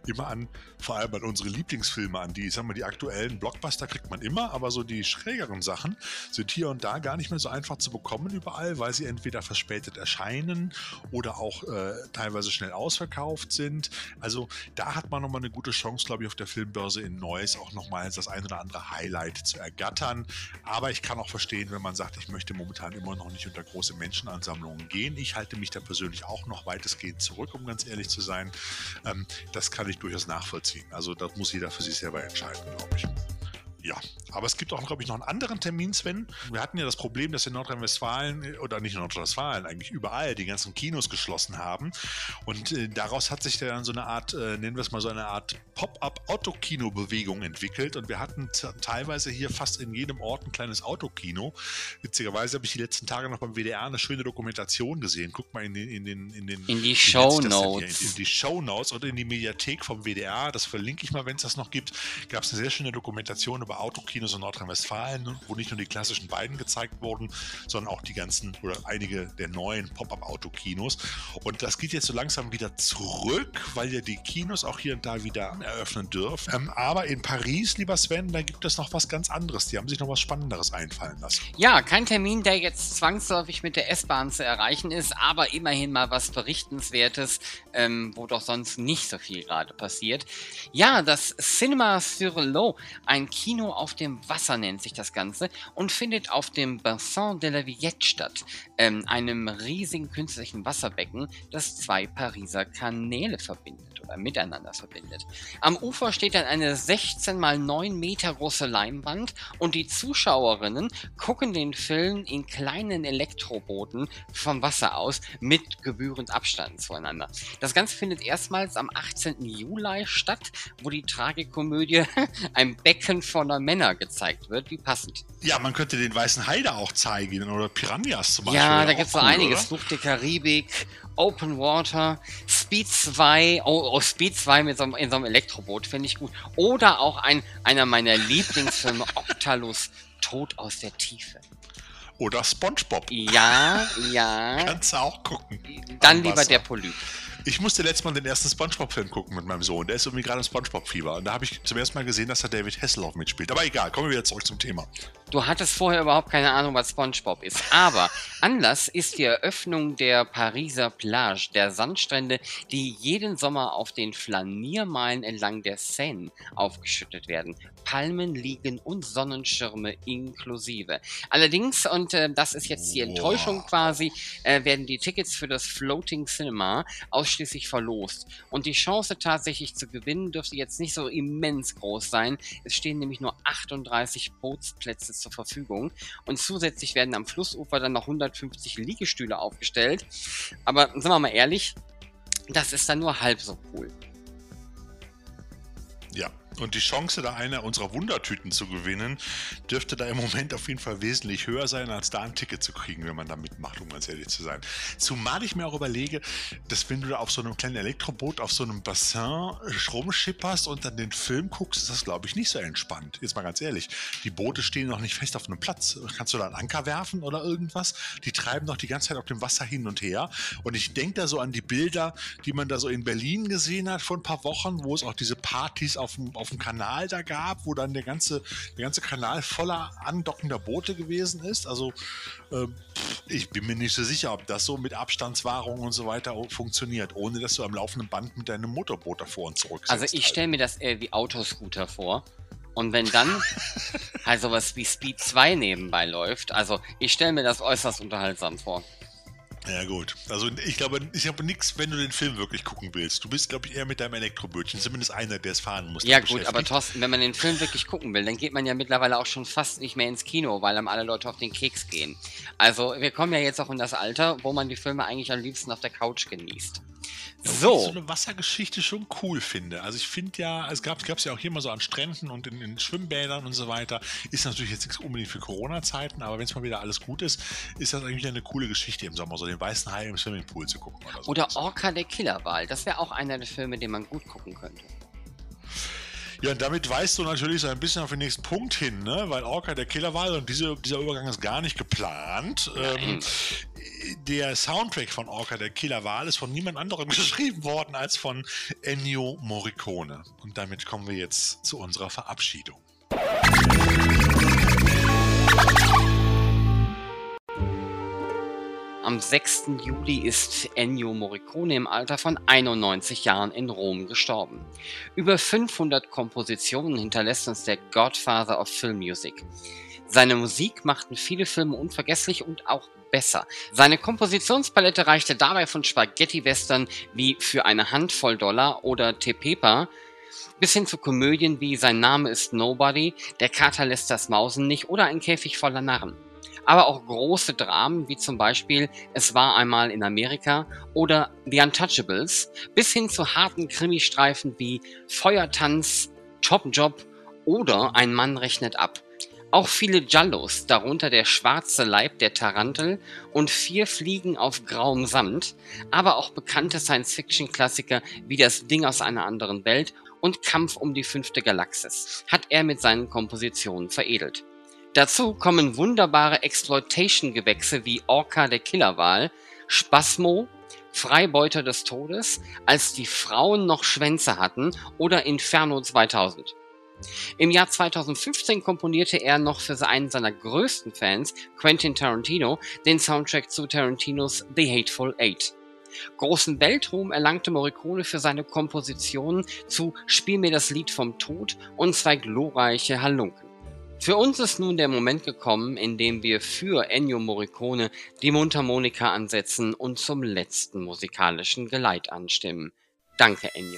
vor allem an unsere Lieblingsfilme, die aktuellen Blockbuster kriegt man immer, aber so die schrägeren Sachen sind hier und da gar nicht mehr so einfach zu bekommen überall, weil sie entweder verspätet erscheinen oder auch teilweise schnell ausverkauft sind. Also da hat man nochmal eine gute Chance, glaube ich, auf der Filmbörse in Neuss auch nochmal das ein oder andere Highlight zu ergattern. Aber ich kann auch verstehen, wenn man sagt, ich möchte momentan immer noch nicht unter große Menschenansammlungen gehen. Ich halte mich da persönlich auch noch weitestgehend zurück, um ganz ehrlich zu sein. Das kann ich durchaus nachvollziehen. Also das muss jeder für sich selber entscheiden, glaube ich. Ja, aber es gibt auch, glaube ich, noch einen anderen Termin, Sven. Wir hatten ja das Problem, dass in Nordrhein-Westfalen, oder nicht in Nordrhein-Westfalen, eigentlich überall die ganzen Kinos geschlossen haben. Und daraus hat sich dann so eine Art, nennen wir es mal so eine Art Pop-up-Autokino-Bewegung entwickelt. Und wir hatten teilweise hier fast in jedem Ort ein kleines Autokino. Witzigerweise habe ich die letzten Tage noch beim WDR eine schöne Dokumentation gesehen. Guck mal in die Shownotes. In die Shownotes oder in die Mediathek vom WDR. Das verlinke ich mal, wenn es das noch gibt. Gab es eine sehr schöne Dokumentation über Autokinos in Nordrhein-Westfalen, wo nicht nur die klassischen beiden gezeigt wurden, sondern auch die ganzen oder einige der neuen Pop-up-Autokinos. Und das geht jetzt so langsam wieder zurück, weil ja die Kinos auch hier und da wieder eröffnen dürfen. Aber in Paris, lieber Sven, da gibt es noch was ganz anderes. Die haben sich noch was Spannenderes einfallen lassen. Ja, kein Termin, der jetzt zwangsläufig mit der S-Bahn zu erreichen ist, aber immerhin mal was Berichtenswertes, wo doch sonst nicht so viel gerade passiert. Ja, das Cinema sur l'eau, ein Kino auf dem Wasser nennt sich das Ganze und findet auf dem Bassin de la Villette statt, einem riesigen künstlichen Wasserbecken, das zwei Pariser Kanäle verbindet oder miteinander verbindet. Am Ufer steht dann eine 16 mal 9 Meter große Leinwand und die Zuschauerinnen gucken den Film in kleinen Elektrobooten vom Wasser aus mit gebührend Abstand zueinander. Das Ganze findet erstmals am 18. Juli statt, wo die Tragikomödie Ein Becken voller Männer gezeigt wird. Wie passend. Ja, man könnte den Weißen Hai da auch zeigen oder Piranhas zum Beispiel. Ja, da gibt es so einiges. Fluch der Karibik, Open Water, Speed 2, Speed 2 in so einem Elektroboot, finde ich gut. Oder auch einer meiner Lieblingsfilme, Octalus, Tod aus der Tiefe. Oder SpongeBob. Ja. Kannst du auch gucken. Dann lieber der Polyp. Ich musste letztes Mal den ersten SpongeBob-Film gucken mit meinem Sohn. Der ist irgendwie gerade im SpongeBob-Fieber. Und da habe ich zum ersten Mal gesehen, dass da David Hasselhoff mitspielt. Aber egal, kommen wir wieder zurück zum Thema. Du hattest vorher überhaupt keine Ahnung, was SpongeBob ist. Aber Anlass ist die Eröffnung der Pariser Plage, der Sandstrände, die jeden Sommer auf den Flaniermeilen entlang der Seine aufgeschüttet werden. Palmen liegen und Sonnenschirme inklusive. Allerdings, und das ist jetzt die Enttäuschung quasi, werden die Tickets für das Floating Cinema ausschließlich verlost. Und die Chance tatsächlich zu gewinnen dürfte jetzt nicht so immens groß sein. Es stehen nämlich nur 38 Bootsplätze zur Verfügung. Und zusätzlich werden am Flussufer dann noch 150 Liegestühle aufgestellt. Aber sagen wir mal ehrlich, das ist dann nur halb so cool. Ja, und die Chance, da eine unserer Wundertüten zu gewinnen, dürfte da im Moment auf jeden Fall wesentlich höher sein, als da ein Ticket zu kriegen, wenn man da mitmacht, um ganz ehrlich zu sein. Zumal ich mir auch überlege, dass wenn du da auf so einem kleinen Elektroboot auf so einem Bassin rumschipperst und dann den Film guckst, ist das, glaube ich, nicht so entspannt. Jetzt mal ganz ehrlich, die Boote stehen noch nicht fest auf einem Platz. Kannst du da einen Anker werfen oder irgendwas? Die treiben doch die ganze Zeit auf dem Wasser hin und her. Und ich denke da so an die Bilder, die man da so in Berlin gesehen hat vor ein paar Wochen, wo es auch diese Partys auf dem Kanal da gab, wo dann der ganze Kanal voller andockender Boote gewesen ist. Also Ich bin mir nicht so sicher, ob das so mit Abstandswahrung und so weiter funktioniert, ohne dass du am laufenden Band mit deinem Motorboot davor und zurück sitzt. Also ich stelle mir das eher wie Autoscooter vor. Und wenn dann halt sowas wie Speed 2 nebenbei läuft, also ich stelle mir das äußerst unterhaltsam vor. Ja gut, also ich glaube, ich habe nichts, wenn du den Film wirklich gucken willst. Du bist, glaube ich, eher mit deinem Elektrobötchen, zumindest einer, der es fahren muss. Ja gut, aber Thorsten, wenn man den Film wirklich gucken will, dann geht man ja mittlerweile auch schon fast nicht mehr ins Kino, weil einem alle Leute auf den Keks gehen. Also wir kommen ja jetzt auch in das Alter, wo man die Filme eigentlich am liebsten auf der Couch genießt. So. Ich so eine Wassergeschichte schon cool finde. Also ich finde ja, es gab ja auch hier mal so an Stränden und in Schwimmbädern und so weiter. Ist natürlich jetzt nichts unbedingt für Corona-Zeiten, aber wenn es mal wieder alles gut ist, ist das eigentlich eine coole Geschichte im Sommer, so den weißen Hai im Swimmingpool zu gucken. Oder Orca der Killerwal. Das wäre auch einer der Filme, den man gut gucken könnte. Ja, und damit weist du natürlich so ein bisschen auf den nächsten Punkt hin, ne? Weil Orca der Killerwal und dieser Übergang ist gar nicht geplant. Der Soundtrack von Orca der Killerwal ist von niemand anderem geschrieben worden als von Ennio Morricone. Und damit kommen wir jetzt zu unserer Verabschiedung. Am 6. Juli ist Ennio Morricone im Alter von 91 Jahren in Rom gestorben. Über 500 Kompositionen hinterlässt uns der Godfather of Film Music. Seine Musik machten viele Filme unvergesslich und auch besser. Seine Kompositionspalette reichte dabei von Spaghetti-Western wie Für eine Handvoll Dollar oder Te Pepa bis hin zu Komödien wie Sein Name ist Nobody, Der Kater lässt das Mausen nicht oder Ein Käfig voller Narren. Aber auch große Dramen wie zum Beispiel Es war einmal in Amerika oder The Untouchables bis hin zu harten Krimistreifen wie Feuertanz, Top Job oder Ein Mann rechnet ab. Auch viele Giallos, darunter Der schwarze Leib der Tarantel und 4 Fliegen auf grauem Samt, aber auch bekannte Science-Fiction-Klassiker wie Das Ding aus einer anderen Welt und Kampf um die 5. Galaxis hat er mit seinen Kompositionen veredelt. Dazu kommen wunderbare Exploitation-Gewächse wie Orca der Killerwal, Spasmo, Freibeuter des Todes, Als die Frauen noch Schwänze hatten oder Inferno 2000. Im Jahr 2015 komponierte er noch für einen seiner größten Fans, Quentin Tarantino, den Soundtrack zu Tarantinos The Hateful Eight. Großen Weltruhm erlangte Morricone für seine Kompositionen zu Spiel mir das Lied vom Tod und 2 glorreiche Halunken. Für uns ist nun der Moment gekommen, in dem wir für Ennio Morricone die Mundharmonika ansetzen und zum letzten musikalischen Geleit anstimmen. Danke, Ennio.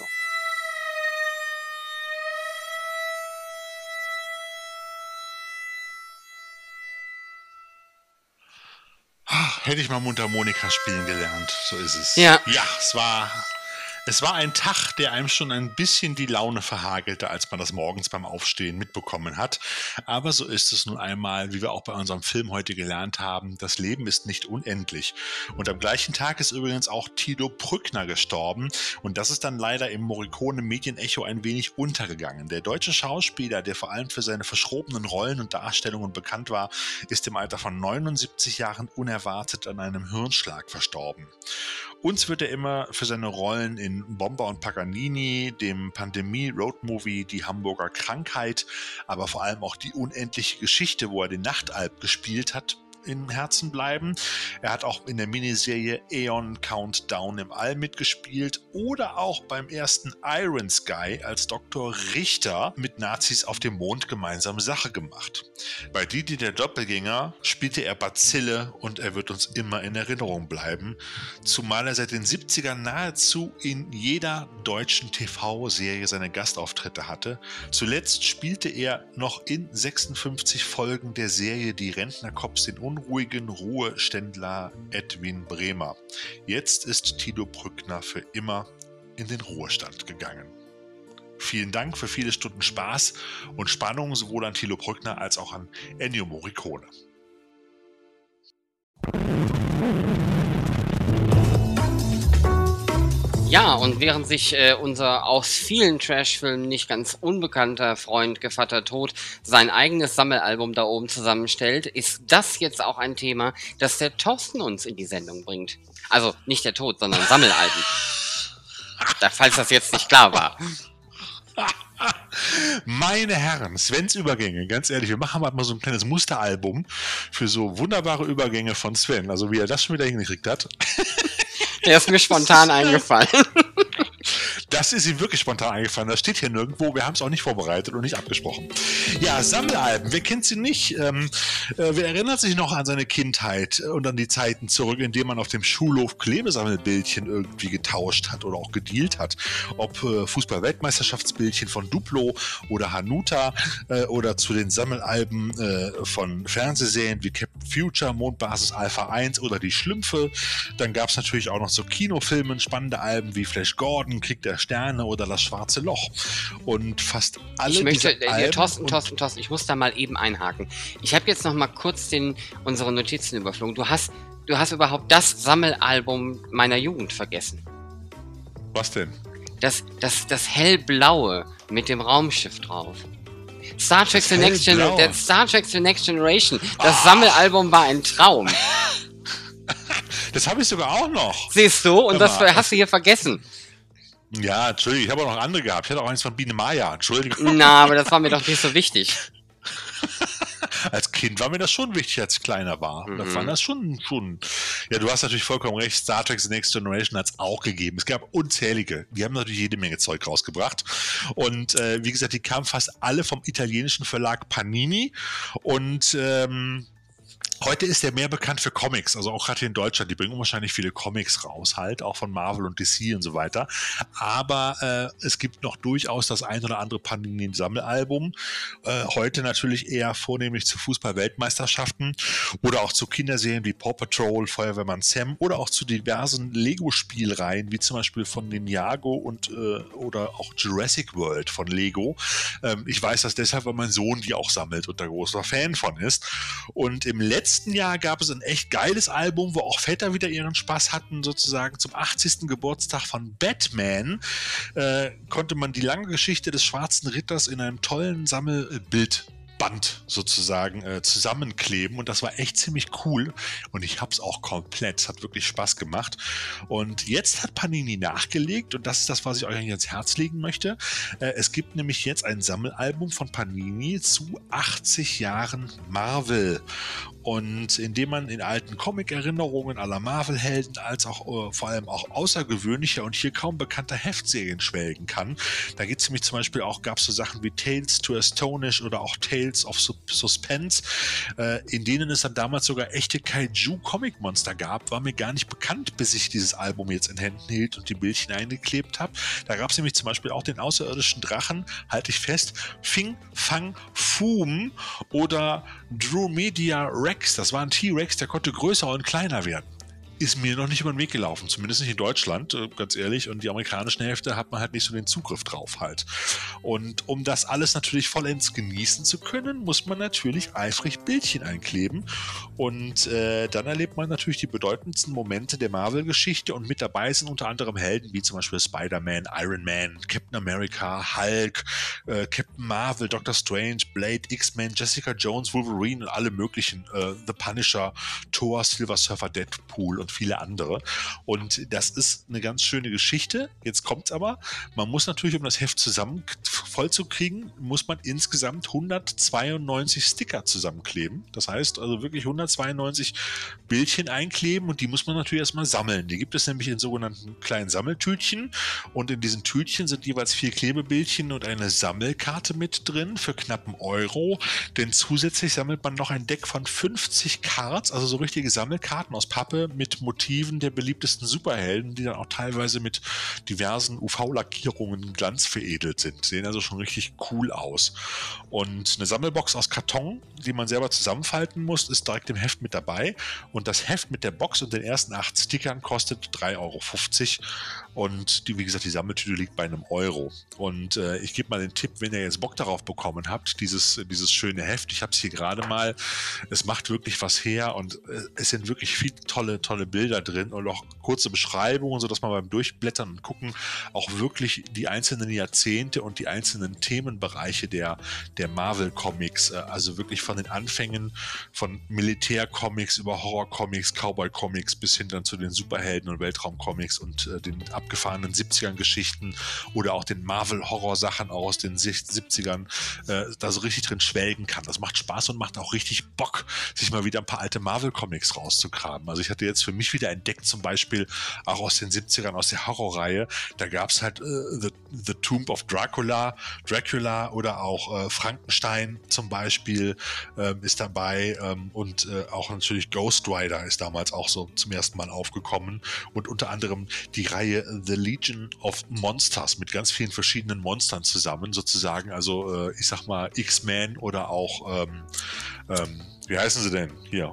Hätte ich mal Mundharmonika spielen gelernt, so ist es. Ja, es war ein Tag, der einem schon ein bisschen die Laune verhagelte, als man das morgens beim Aufstehen mitbekommen hat. Aber so ist es nun einmal, wie wir auch bei unserem Film heute gelernt haben, das Leben ist nicht unendlich. Und am gleichen Tag ist übrigens auch Tilo Brückner gestorben. Und das ist dann leider im Morricone-Medienecho ein wenig untergegangen. Der deutsche Schauspieler, der vor allem für seine verschrobenen Rollen und Darstellungen bekannt war, ist im Alter von 79 Jahren unerwartet an einem Hirnschlag verstorben. Uns wird er immer für seine Rollen in Bomber und Paganini, dem Pandemie-Roadmovie Die Hamburger Krankheit, aber vor allem auch die unendliche Geschichte, wo er den Nachtalb gespielt hat, im Herzen bleiben. Er hat auch in der Miniserie Aeon Countdown im All mitgespielt oder auch beim ersten Iron Sky als Dr. Richter mit Nazis auf dem Mond gemeinsam Sache gemacht. Bei Didi der Doppelgänger spielte er Bazille und er wird uns immer in Erinnerung bleiben, zumal er seit den 70ern nahezu in jeder deutschen TV-Serie seine Gastauftritte hatte. Zuletzt spielte er noch in 56 Folgen der Serie Die Rentnercops den unruhigen Ruheständler Edwin Bremer. Jetzt ist Tilo Brückner für immer in den Ruhestand gegangen. Vielen Dank für viele Stunden Spaß und Spannung sowohl an Tilo Brückner als auch an Ennio Morricone. Ja, und während sich unser aus vielen Trashfilmen nicht ganz unbekannter Freund Gevatter Tod sein eigenes Sammelalbum da oben zusammenstellt, ist das jetzt auch ein Thema, das der Thorsten uns in die Sendung bringt. Also nicht der Tod, sondern Sammelalben. Falls das jetzt nicht klar war. Meine Herren, Svens Übergänge, ganz ehrlich, wir machen mal so ein kleines Musteralbum für so wunderbare Übergänge von Sven. Also wie er das schon wieder hingekriegt hat. Der ist mir spontan eingefallen. Das ist ihm wirklich spontan eingefallen. Das steht hier nirgendwo. Wir haben es auch nicht vorbereitet und nicht abgesprochen. Ja, Sammelalben. Wer kennt sie nicht? Wer erinnert sich noch an seine Kindheit und an die Zeiten zurück, in denen man auf dem Schulhof Klebesammelbildchen irgendwie getauscht hat oder auch gedealt hat? Ob Fußball-Weltmeisterschaftsbildchen von Duplo oder Hanuta oder zu den Sammelalben von Fernsehserien wie Captain Future, Mondbasis Alpha 1 oder Die Schlümpfe. Dann gab es natürlich auch noch so Kinofilme, spannende Alben wie Flash Gordon, Krieg der Sterne oder Das Schwarze Loch. Und fast alle Ich möchte, diese Alben Thorsten, ich muss da mal eben einhaken. Ich habe jetzt noch mal kurz unsere Notizen überflogen. Du hast überhaupt das Sammelalbum meiner Jugend vergessen. Was denn? Das hellblaue mit dem Raumschiff drauf. Star Trek The Next Generation. Das Sammelalbum war ein Traum. Das habe ich sogar auch noch. Siehst du? Und das hast du hier vergessen. Ja, Entschuldigung, ich habe auch noch andere gehabt. Ich hatte auch eins von Biene Maya, Entschuldigung. Na, aber das war mir doch nicht so wichtig. Als Kind war mir das schon wichtig, als ich kleiner war. Da fand das schon. Ja, du hast natürlich vollkommen recht. Star Trek The Next Generation hat es auch gegeben. Es gab unzählige. Die haben natürlich jede Menge Zeug rausgebracht. Und wie gesagt, die kamen fast alle vom italienischen Verlag Panini. Und heute ist der mehr bekannt für Comics, also auch gerade in Deutschland, die bringen wahrscheinlich viele Comics raus halt, auch von Marvel und DC und so weiter, aber es gibt noch durchaus das ein oder andere Panini-Sammelalbum, heute natürlich eher vornehmlich zu Fußball-Weltmeisterschaften oder auch zu Kinderserien wie Paw Patrol, Feuerwehrmann Sam oder auch zu diversen Lego-Spielreihen, wie zum Beispiel von Ninjago und oder auch Jurassic World von Lego. Ich weiß das deshalb, weil mein Sohn die auch sammelt und da großer Fan von ist. Und im letzten Jahr gab es ein echt geiles Album, wo auch Väter wieder ihren Spaß hatten, sozusagen zum 80. Geburtstag von Batman konnte man die lange Geschichte des Schwarzen Ritters in einem tollen Sammelbild sozusagen zusammenkleben und das war echt ziemlich cool und ich hab's auch komplett, es hat wirklich Spaß gemacht und jetzt hat Panini nachgelegt und das ist das, was ich euch eigentlich ans Herz legen möchte. Es gibt nämlich jetzt ein Sammelalbum von Panini zu 80 Jahren Marvel und indem man in alten Comic-Erinnerungen aller Marvel-Helden als auch vor allem auch außergewöhnlicher und hier kaum bekannter Heftserien schwelgen kann. Da gibt es nämlich zum Beispiel auch, gab es so Sachen wie Tales to Astonish oder auch Tales of Suspense, in denen es dann damals sogar echte Kaiju-Comic-Monster gab. War mir gar nicht bekannt, bis ich dieses Album jetzt in Händen hielt und die Bildchen eingeklebt habe. Da gab es nämlich zum Beispiel auch den außerirdischen Drachen, halte ich fest, Fing Fang Foom oder Dromedia Rex. Das war ein T-Rex, der konnte größer und kleiner werden. Ist mir noch nicht über den Weg gelaufen, zumindest nicht in Deutschland, ganz ehrlich. Und die amerikanischen Hälfte hat man halt nicht so den Zugriff drauf halt. Und um das alles natürlich vollends genießen zu können, muss man natürlich eifrig Bildchen einkleben. Und dann erlebt man natürlich die bedeutendsten Momente der Marvel-Geschichte. Und mit dabei sind unter anderem Helden wie zum Beispiel Spider-Man, Iron Man, Captain America, Hulk, Captain Marvel, Doctor Strange, Blade, X-Men, Jessica Jones, Wolverine und alle möglichen, The Punisher, Thor, Silver Surfer, Deadpool und viele andere. Und das ist eine ganz schöne Geschichte. Jetzt kommt's aber, man muss natürlich, um das Heft zusammen voll zu kriegen, muss man insgesamt 192 Sticker zusammenkleben. Das heißt also wirklich 192 Bildchen einkleben und die muss man natürlich erstmal sammeln. Die gibt es nämlich in sogenannten kleinen Sammeltütchen und in diesen Tütchen sind jeweils 4 Klebebildchen und eine Sammelkarte mit drin für knapp €1, denn zusätzlich sammelt man noch ein Deck von 50 Cards, also so richtige Sammelkarten aus Pappe mit Motiven der beliebtesten Superhelden, die dann auch teilweise mit diversen UV-Lackierungen glanzveredelt sind. Sehen also schon richtig cool aus. Und eine Sammelbox aus Karton, die man selber zusammenfalten muss, ist direkt im Heft mit dabei. Und das Heft mit der Box und den ersten 8 Stickern kostet 3,50 € und wie gesagt, die Sammeltüte liegt bei €1. Und ich gebe mal den Tipp, wenn ihr jetzt Bock darauf bekommen habt, dieses schöne Heft, ich habe es hier gerade mal, es macht wirklich was her und es sind wirklich viele tolle Bilder drin und auch kurze Beschreibungen, sodass man beim Durchblättern und Gucken auch wirklich die einzelnen Jahrzehnte und die einzelnen einzelnen Themenbereiche der Marvel-Comics, also wirklich von den Anfängen von Militär-Comics über Horror-Comics, Cowboy-Comics bis hin dann zu den Superhelden- und Weltraum-Comics und den abgefahrenen 70ern-Geschichten oder auch den Marvel-Horror-Sachen aus den 70ern, da so richtig drin schwelgen kann. Das macht Spaß und macht auch richtig Bock, sich mal wieder ein paar alte Marvel-Comics rauszugraben. Also ich hatte jetzt für mich wieder entdeckt, zum Beispiel auch aus den 70ern, aus der Horrorreihe, da gab es halt The Tomb of Dracula oder auch Frankenstein zum Beispiel ist dabei und auch natürlich Ghost Rider ist damals auch so zum ersten Mal aufgekommen und unter anderem die Reihe The Legion of Monsters mit ganz vielen verschiedenen Monstern zusammen, sozusagen, also ich sag mal X-Men oder auch wie heißen sie denn? Hier,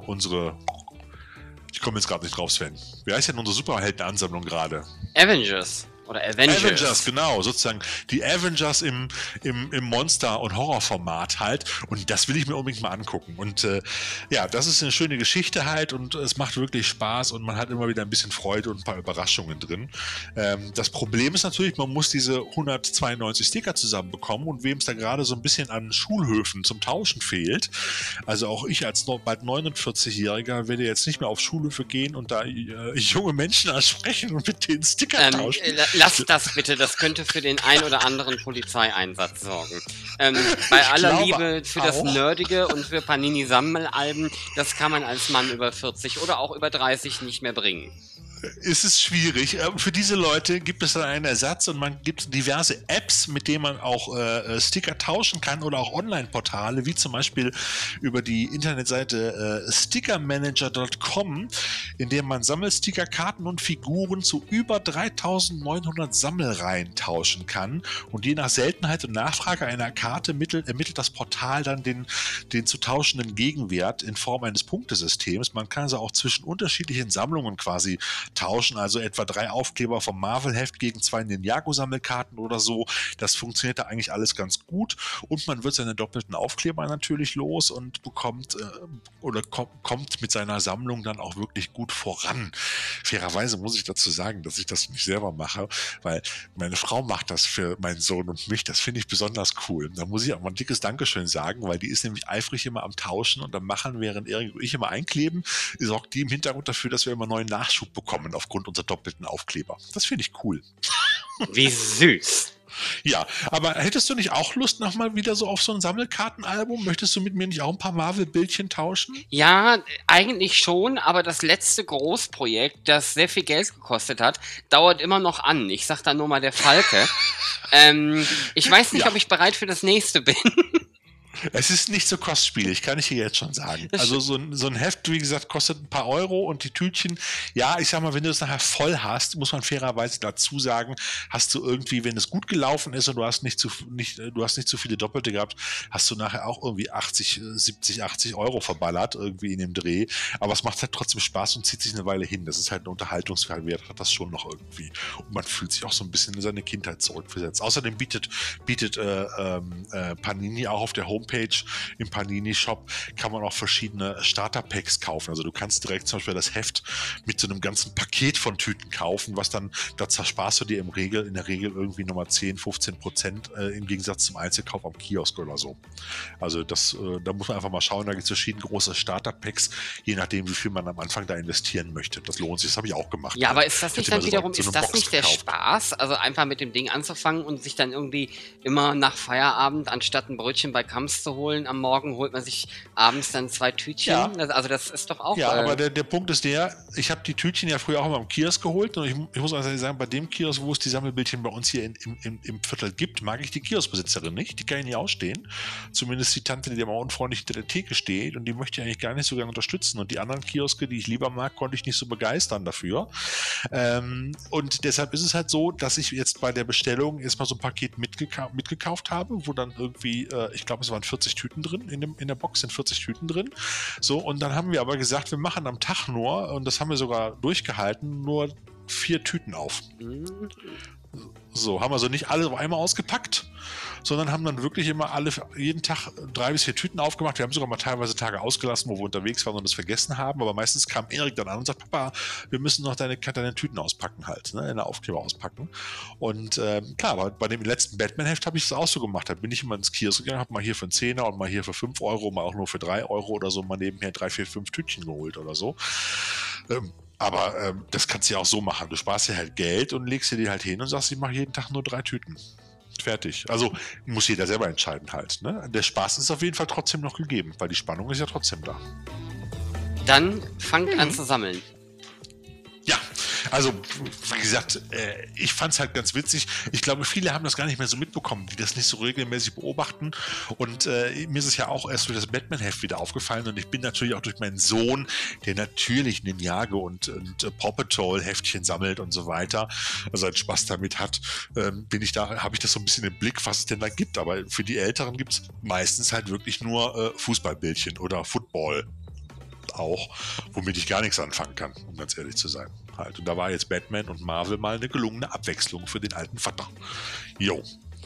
ich komme jetzt gerade nicht drauf, Sven. Wie heißt denn unsere Superheldenansammlung gerade? Avengers. Oder Avengers, genau, sozusagen die Avengers im Monster- und Horrorformat halt und das will ich mir unbedingt mal angucken und ja, das ist eine schöne Geschichte halt und es macht wirklich Spaß und man hat immer wieder ein bisschen Freude und ein paar Überraschungen drin. Das Problem ist natürlich, man muss diese 192 Sticker zusammenbekommen und wem es da gerade so ein bisschen an Schulhöfen zum Tauschen fehlt, also auch ich als bald 49-Jähriger werde jetzt nicht mehr auf Schulhöfe gehen und da junge Menschen ansprechen und mit denen Sticker tauschen. Lass das bitte, das könnte für den ein oder anderen Polizeieinsatz sorgen. Bei aller Liebe für das Nerdige und für Panini-Sammelalben, das kann man als Mann über 40 oder auch über 30 nicht mehr bringen. Ist es schwierig. Für diese Leute gibt es dann einen Ersatz und man gibt diverse Apps, mit denen man auch Sticker tauschen kann oder auch Online-Portale, wie zum Beispiel über die Internetseite stickermanager.com, in der man Sammelsticker, Karten und Figuren zu über 3900 Sammelreihen tauschen kann und je nach Seltenheit und Nachfrage einer Karte ermittelt das Portal dann den zu tauschenden Gegenwert in Form eines Punktesystems. Man kann also auch zwischen unterschiedlichen Sammlungen quasi tauschen, also etwa 3 Aufkleber vom Marvel-Heft gegen 2 Ninjago-Sammelkarten oder so. Das funktioniert da eigentlich alles ganz gut und man wird seine doppelten Aufkleber natürlich los und bekommt kommt mit seiner Sammlung dann auch wirklich gut voran. Fairerweise muss ich dazu sagen, dass ich das nicht selber mache, weil meine Frau macht das für meinen Sohn und mich. Das finde ich besonders cool. Da muss ich auch mal ein dickes Dankeschön sagen, weil die ist nämlich eifrig immer am Tauschen und am Machen, während ich immer einkleben, sorgt die im Hintergrund dafür, dass wir immer neuen Nachschub bekommen aufgrund unserer doppelten Aufkleber. Das finde ich cool. Wie süß. Ja, aber hättest du nicht auch Lust nochmal wieder so auf so ein Sammelkartenalbum? Möchtest du mit mir nicht auch ein paar Marvel-Bildchen tauschen? Ja, eigentlich schon, aber das letzte Großprojekt, das sehr viel Geld gekostet hat, dauert immer noch an. Ich sag da nur mal der Falke. Ich weiß nicht, ob ich bereit für das nächste bin. Es ist nicht so kostspielig, kann ich dir jetzt schon sagen. Also so ein Heft, wie gesagt, kostet ein paar Euro und die Tütchen, ja, ich sag mal, wenn du es nachher voll hast, muss man fairerweise dazu sagen, hast du irgendwie, wenn es gut gelaufen ist und du hast nicht zu viele Doppelte gehabt, hast du nachher auch irgendwie 70, 80 Euro verballert, irgendwie in dem Dreh. Aber es macht halt trotzdem Spaß und zieht sich eine Weile hin. Das ist halt ein Unterhaltungswert, hat das schon noch irgendwie. Und man fühlt sich auch so ein bisschen in seine Kindheit zurückversetzt. Außerdem bietet Panini auch auf der Homepage im Panini-Shop kann man auch verschiedene Starter-Packs kaufen. Also du kannst direkt zum Beispiel das Heft mit so einem ganzen Paket von Tüten kaufen, da zersparst du dir in der Regel irgendwie nochmal 10-15% im Gegensatz zum Einzelkauf am Kiosk oder so. Also da muss man einfach mal schauen, da gibt es verschiedene große Starter-Packs, je nachdem, wie viel man am Anfang da investieren möchte. Das lohnt sich, das habe ich auch gemacht. Ja, aber ist das nicht dann wiederum, ist das nicht der Spaß? Also einfach mit dem Ding anzufangen und sich dann irgendwie immer nach Feierabend, anstatt ein Brötchen bei Kamps zu holen, am Morgen holt man sich abends dann 2 Tütchen. Ja. Also das ist doch auch... Ja, aber der Punkt ist ich habe die Tütchen ja früher auch immer am Kiosk geholt und ich muss also sagen, bei dem Kiosk, wo es die Sammelbildchen bei uns hier im Viertel gibt, mag ich die Kioskbesitzerin nicht. Die kann ich nicht ausstehen. Zumindest die Tante, die immer unfreundlich hinter der Theke steht und die möchte ich eigentlich gar nicht so gerne unterstützen. Und die anderen Kioske, die ich lieber mag, konnte ich nicht so begeistern dafür. Und deshalb ist es halt so, dass ich jetzt bei der Bestellung erstmal so ein Paket mitgekauft habe, wo dann irgendwie, ich glaube, es waren 40 Tüten drin, in der Box sind 40 Tüten drin. So, und dann haben wir aber gesagt, wir machen am Tag nur, und das haben wir sogar durchgehalten, nur 4 Tüten auf. So, haben also nicht alle auf einmal ausgepackt, sondern haben dann wirklich immer jeden Tag 3 bis 4 Tüten aufgemacht. Wir haben sogar mal teilweise Tage ausgelassen, wo wir unterwegs waren und das vergessen haben, aber meistens kam Erik dann an und sagt, Papa, wir müssen noch deine Tüten auspacken halt, ne, deine Aufkleber auspacken. Und klar, aber bei dem letzten Batman-Heft habe ich das auch so gemacht. Da bin ich immer ins Kiosk gegangen, habe mal hier für einen Zehner und mal hier für 5 Euro, mal auch nur für 3 Euro oder so mal nebenher 3, 4, 5 Tütchen geholt oder so. Aber das kannst du ja auch so machen. Du sparst dir halt Geld und legst dir die halt hin und sagst, ich mache jeden Tag nur 3 Tüten. Fertig. Also muss jeder selber entscheiden halt. Ne? Der Spaß ist auf jeden Fall trotzdem noch gegeben, weil die Spannung ist ja trotzdem da. Dann fangt an zu sammeln. Ja, also wie gesagt, ich fand es halt ganz witzig. Ich glaube, viele haben das gar nicht mehr so mitbekommen, die das nicht so regelmäßig beobachten. Und mir ist es ja auch erst durch das Batman-Heft wieder aufgefallen. Und ich bin natürlich auch durch meinen Sohn, der natürlich Ninjago und Paw Patrol-Heftchen sammelt und so weiter, also einen Spaß damit hat, habe ich das so ein bisschen im Blick, was es denn da gibt. Aber für die Älteren gibt es meistens halt wirklich nur Fußballbildchen oder Football. Auch, womit ich gar nichts anfangen kann, um ganz ehrlich zu sein. Halt. Und da war jetzt Batman und Marvel mal eine gelungene Abwechslung für den alten Vater. Jo.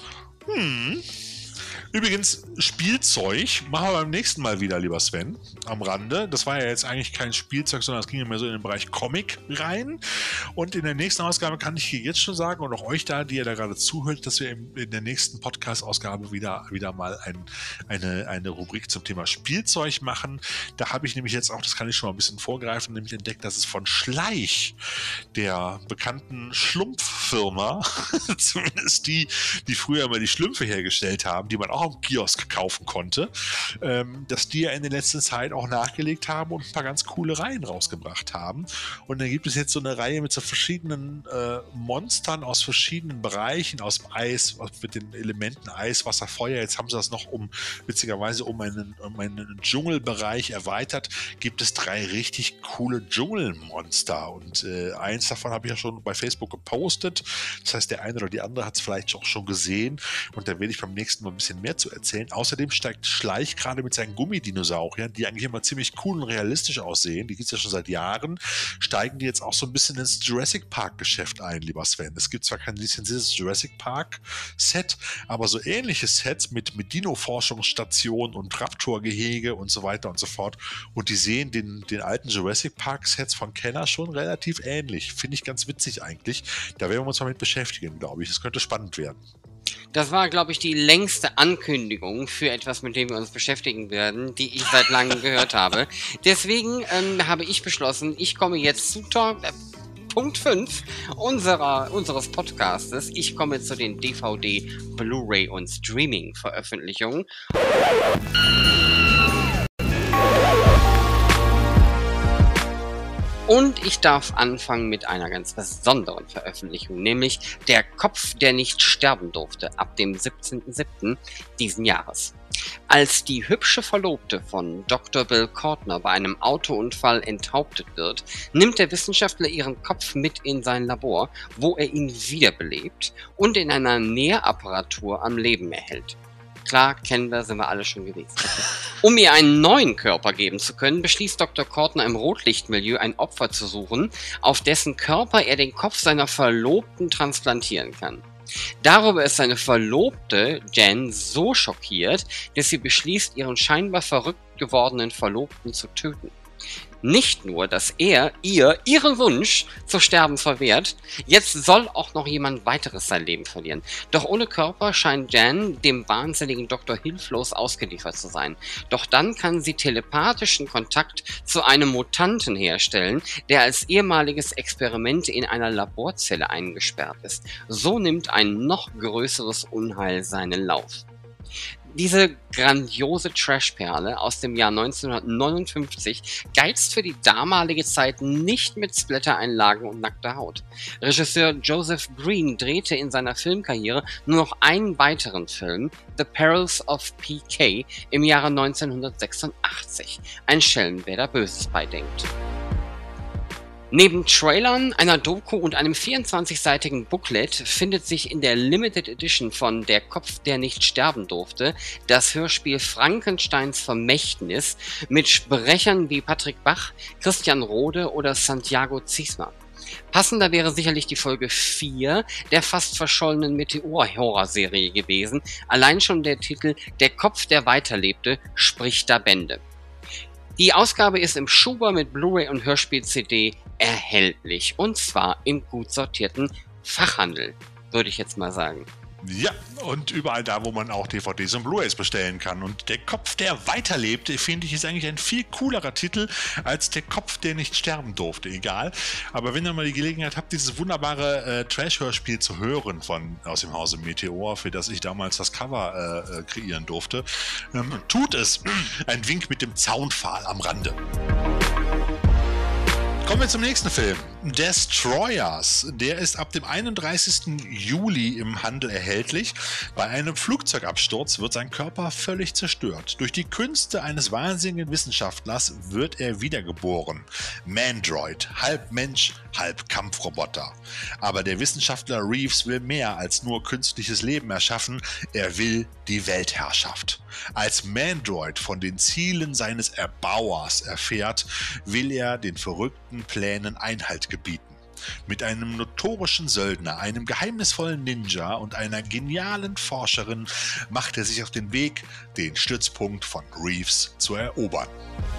Übrigens, Spielzeug machen wir beim nächsten Mal wieder, lieber Sven, am Rande. Das war ja jetzt eigentlich kein Spielzeug, sondern es ging ja mehr so in den Bereich Comic rein. Und in der nächsten Ausgabe kann ich hier jetzt schon sagen und auch euch da, die ihr da gerade zuhört, dass wir in der nächsten Podcast-Ausgabe wieder mal eine Rubrik zum Thema Spielzeug machen. Da habe ich nämlich jetzt auch, das kann ich schon mal ein bisschen vorgreifen, nämlich entdeckt, dass es von Schleich, der bekannten Schlumpffirma, zumindest die früher immer die Schlümpfe hergestellt haben, die man auch am Kiosk kaufen konnte, dass die ja in der letzten Zeit auch nachgelegt haben und ein paar ganz coole Reihen rausgebracht haben. Und dann gibt es jetzt so eine Reihe mit so verschiedenen Monstern aus verschiedenen Bereichen, aus dem Eis, mit den Elementen Eis, Wasser, Feuer. Jetzt haben sie das noch witzigerweise um einen Dschungelbereich erweitert. Gibt es 3 richtig coole Dschungelmonster und eins davon habe ich ja schon bei Facebook gepostet. Das heißt, der eine oder die andere hat es vielleicht auch schon gesehen und da werde ich beim nächsten Mal ein bisschen mehr zu erzählen. Außerdem steigt Schleich gerade mit seinen Gummidinosauriern, die eigentlich immer ziemlich cool und realistisch aussehen, die gibt es ja schon seit Jahren, steigen die jetzt auch so ein bisschen ins Jurassic Park Geschäft ein, lieber Sven. Es gibt zwar kein lizenziertes Jurassic Park Set, aber so ähnliche Sets mit Dino-Forschungsstationen und Raptor-Gehege und so weiter und so fort. Und die sehen den alten Jurassic Park Sets von Kenner schon relativ ähnlich. Finde ich ganz witzig eigentlich. Da werden wir uns mal mit beschäftigen, glaube ich. Das könnte spannend werden. Das war, glaube ich, die längste Ankündigung für etwas, mit dem wir uns beschäftigen werden, die ich seit langem gehört habe. Deswegen habe ich beschlossen, ich komme jetzt zu Punkt 5 unseres Podcastes. Ich komme zu den DVD, Blu-ray und Streaming-Veröffentlichungen. Und ich darf anfangen mit einer ganz besonderen Veröffentlichung, nämlich Der Kopf, der nicht sterben durfte, ab dem 17.07. diesen Jahres. Als die hübsche Verlobte von Dr. Bill Cortner bei einem Autounfall enthauptet wird, nimmt der Wissenschaftler ihren Kopf mit in sein Labor, wo er ihn wiederbelebt und in einer Nähapparatur am Leben erhält. Klar, kennen wir, sind wir alle schon gewesen. Um ihr einen neuen Körper geben zu können, beschließt Dr. Cortner im Rotlichtmilieu ein Opfer zu suchen, auf dessen Körper er den Kopf seiner Verlobten transplantieren kann. Darüber ist seine Verlobte, Jen, so schockiert, dass sie beschließt, ihren scheinbar verrückt gewordenen Verlobten zu töten. Nicht nur, dass er ihren Wunsch zu sterben verwehrt, jetzt soll auch noch jemand weiteres sein Leben verlieren. Doch ohne Körper scheint Jan dem wahnsinnigen Doktor hilflos ausgeliefert zu sein. Doch dann kann sie telepathischen Kontakt zu einem Mutanten herstellen, der als ehemaliges Experiment in einer Laborzelle eingesperrt ist. So nimmt ein noch größeres Unheil seinen Lauf. Diese grandiose Trashperle aus dem Jahr 1959 geizt für die damalige Zeit nicht mit Splatter-Einlagen und nackter Haut. Regisseur Joseph Green drehte in seiner Filmkarriere nur noch einen weiteren Film, The Perils of PK, im Jahre 1986. Ein Schelm, wer da Böses beidenkt. Neben Trailern, einer Doku und einem 24-seitigen Booklet findet sich in der Limited Edition von Der Kopf, der nicht sterben durfte, das Hörspiel Frankensteins Vermächtnis mit Sprechern wie Patrick Bach, Christian Rode oder Santiago Ziesmer. Passender wäre sicherlich die Folge 4 der fast verschollenen Meteor-Horror-Serie gewesen. Allein schon der Titel »Der Kopf, der weiterlebte« spricht da Bände. Die Ausgabe ist im Schuber mit Blu-ray und Hörspiel-CD erhältlich. Und zwar im gut sortierten Fachhandel, würde ich jetzt mal sagen. Ja, und überall da, wo man auch DVDs und Blu-rays bestellen kann. Und der Kopf, der weiterlebt, finde ich, ist eigentlich ein viel coolerer Titel als der Kopf, der nicht sterben durfte. Egal. Aber wenn ihr mal die Gelegenheit habt, dieses wunderbare Trash-Hörspiel zu hören aus dem Hause Meteor, für das ich damals das Cover kreieren durfte, tut es. Ein Wink mit dem Zaunpfahl am Rande. Kommen wir zum nächsten Film. Destroyers. Der ist ab dem 31. Juli im Handel erhältlich. Bei einem Flugzeugabsturz wird sein Körper völlig zerstört. Durch die Künste eines wahnsinnigen Wissenschaftlers wird er wiedergeboren. Mandroid, halb Mensch, halb Kampfroboter. Aber der Wissenschaftler Reeves will mehr als nur künstliches Leben erschaffen. Er will die Weltherrschaft. Als Mandroid von den Zielen seines Erbauers erfährt, will er den verrückten Plänen Einhalt gebieten. Mit einem notorischen Söldner, einem geheimnisvollen Ninja und einer genialen Forscherin macht er sich auf den Weg, den Stützpunkt von Reeves zu erobern.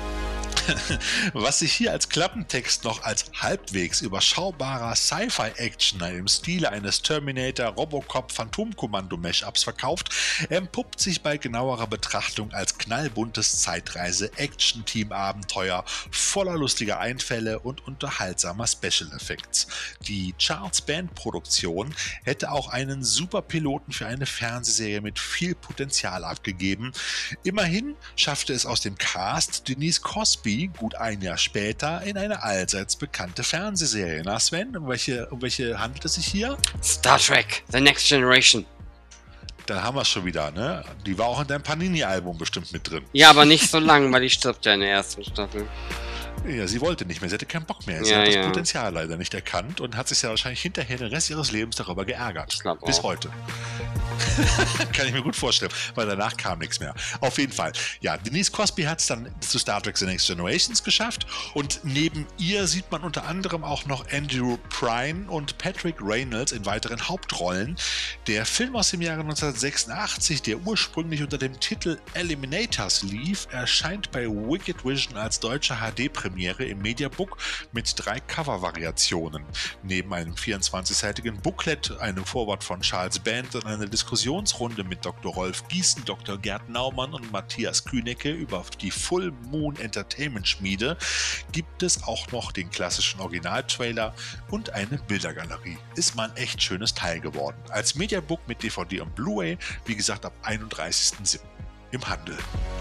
Was sich hier als Klappentext noch als halbwegs überschaubarer Sci-Fi-Action im Stile eines Terminator, Robocop, Phantomkommando-Mashups verkauft, empuppt sich bei genauerer Betrachtung als knallbuntes Zeitreise-Action-Team-Abenteuer voller lustiger Einfälle und unterhaltsamer Special Effects. Die Charles Band-Produktion hätte auch einen Superpiloten für eine Fernsehserie mit viel Potenzial abgegeben. Immerhin schaffte es aus dem Cast Denise Crosby gut ein Jahr später in eine allseits bekannte Fernsehserie. Na Sven, um welche handelt es sich hier? Star Trek, The Next Generation. Da haben wir es schon wieder, ne? Die war auch in deinem Panini-Album bestimmt mit drin. Ja, aber nicht so lang, weil die stirbt ja in der ersten Staffel. Ja, sie wollte nicht mehr, sie hatte keinen Bock mehr. Sie hat das Potenzial leider nicht erkannt und hat sich ja wahrscheinlich hinterher den Rest ihres Lebens darüber geärgert. Ich glaube auch. Bis heute. Kann ich mir gut vorstellen, weil danach kam nichts mehr. Auf jeden Fall. Ja, Denise Crosby hat es dann zu Star Trek The Next Generations geschafft und neben ihr sieht man unter anderem auch noch Andrew Prine und Patrick Reynolds in weiteren Hauptrollen. Der Film aus dem Jahre 1986, der ursprünglich unter dem Titel Eliminators lief, erscheint bei Wicked Vision als deutsche HD-Premiere im Mediabook mit 3 Cover-Variationen. Neben einem 24-seitigen Booklet, einem Vorwort von Charles Band und einer Diskussionsrunde mit Dr. Rolf Gießen, Dr. Gerd Naumann und Matthias Kühnecke über die Full Moon Entertainment Schmiede gibt es auch noch den klassischen Originaltrailer und eine Bildergalerie. Ist mal ein echt schönes Teil geworden. Als Mediabook mit DVD und Blu-ray, wie gesagt, ab 31.07. im Handel.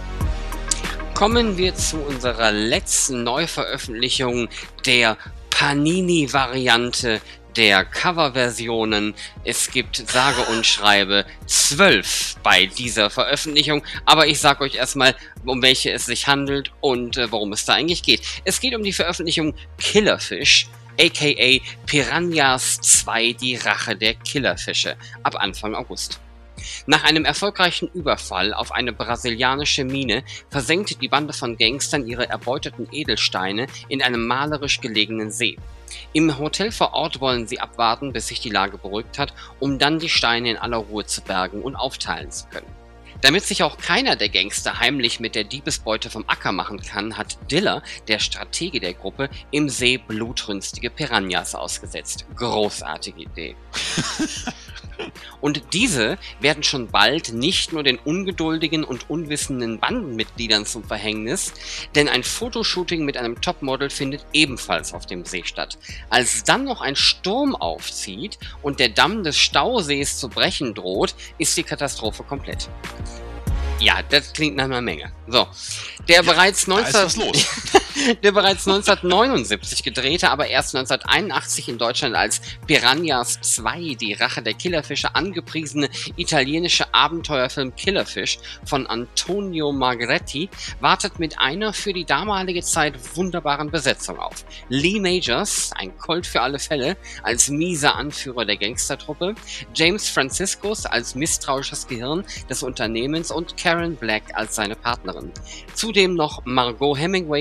Kommen wir zu unserer letzten Neuveröffentlichung der Panini-Variante der Coverversionen. Es gibt sage und schreibe 12 bei dieser Veröffentlichung, aber ich sage euch erstmal, um welche es sich handelt und worum es da eigentlich geht. Es geht um die Veröffentlichung Killerfish, aka Piranhas 2, die Rache der Killerfische, ab Anfang August. Nach einem erfolgreichen Überfall auf eine brasilianische Mine versenkte die Bande von Gangstern ihre erbeuteten Edelsteine in einem malerisch gelegenen See. Im Hotel vor Ort wollen sie abwarten, bis sich die Lage beruhigt hat, um dann die Steine in aller Ruhe zu bergen und aufteilen zu können. Damit sich auch keiner der Gangster heimlich mit der Diebesbeute vom Acker machen kann, hat Diller, der Stratege der Gruppe, im See blutrünstige Piranhas ausgesetzt. Großartige Idee. Und diese werden schon bald nicht nur den ungeduldigen und unwissenden Bandenmitgliedern zum Verhängnis, denn ein Fotoshooting mit einem Topmodel findet ebenfalls auf dem See statt. Als dann noch ein Sturm aufzieht und der Damm des Stausees zu brechen droht, ist die Katastrophe komplett. Ja, das klingt nach einer Menge. So, der bereits 1979 gedrehte, aber erst 1981 in Deutschland als Piranhas 2, die Rache der Killerfische, angepriesene italienische Abenteuerfilm Killerfish von Antonio Margheretti wartet mit einer für die damalige Zeit wunderbaren Besetzung auf. Lee Majors, ein Colt für alle Fälle, als mieser Anführer der Gangstertruppe, James Franciscus als misstrauisches Gehirn des Unternehmens und Karen Black als seine Partnerin. Zudem noch Margot Hemingway als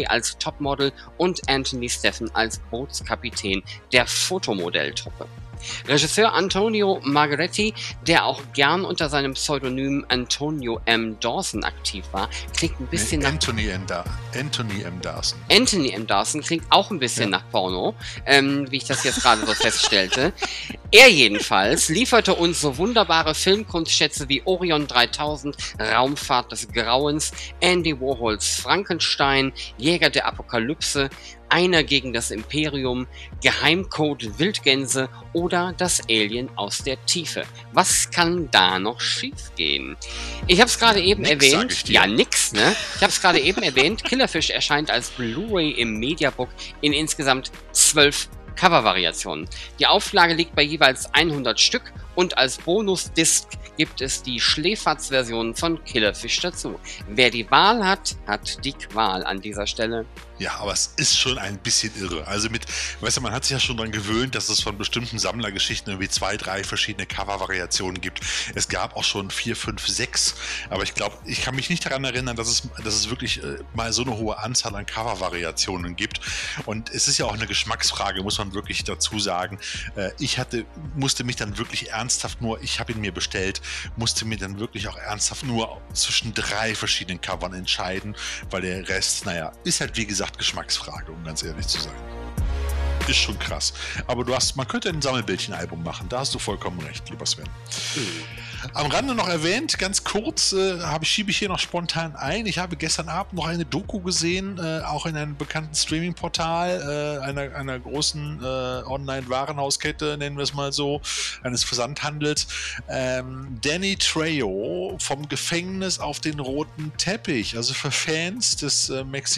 Topmodel und Anthony Steffen als Bootskapitän der Fotomodelltruppe. Regisseur Antonio Margheriti, der auch gern unter seinem Pseudonym Antonio M. Dawson aktiv war, klingt ein bisschen nach... Anthony M. Dawson. Anthony M. Dawson klingt auch ein bisschen nach Porno, wie ich das jetzt gerade so feststellte. Er jedenfalls lieferte uns so wunderbare Filmkunstschätze wie Orion 3000, Raumfahrt des Grauens, Andy Warhols Frankenstein, Jäger der Apokalypse, Einer gegen das Imperium, Geheimcode Wildgänse oder das Alien aus der Tiefe. Was kann da noch schiefgehen? Ich habe es gerade eben erwähnt. Ja, nix, ne? Ich habe es gerade eben erwähnt. Killerfish erscheint als Blu-ray im Mediabook in insgesamt 12 Covervariationen. Die Auflage liegt bei jeweils 100 Stück und als Bonus-Disc gibt es die Schläferz-Version von Killerfish dazu. Wer die Wahl hat, hat die Qual an dieser Stelle. Ja, aber es ist schon ein bisschen irre. Also weißt du, man hat sich ja schon daran gewöhnt, dass es von bestimmten Sammlergeschichten irgendwie 2, 3 verschiedene Cover-Variationen gibt. Es gab auch schon 4, 5, 6. Aber ich glaube, ich kann mich nicht daran erinnern, dass es wirklich mal so eine hohe Anzahl an Cover-Variationen gibt. Und es ist ja auch eine Geschmacksfrage, muss man wirklich dazu sagen. Musste mich dann wirklich ernsthaft ich habe ihn mir bestellt, musste mir dann wirklich auch ernsthaft nur zwischen 3 verschiedenen Covern entscheiden, weil der Rest, ist halt wie gesagt Geschmacksfrage, um ganz ehrlich zu sein. Ist schon krass. Aber man könnte ein Sammelbildchenalbum machen, da hast du vollkommen recht, lieber Sven. Am Rande noch erwähnt, ganz kurz, schiebe ich hier noch spontan ein. Ich habe gestern Abend noch eine Doku gesehen, auch in einem bekannten Streaming-Portal, einer großen Online-Warenhauskette, nennen wir es mal so, eines Versandhandels. Danny Trejo vom Gefängnis auf den roten Teppich. Also für Fans des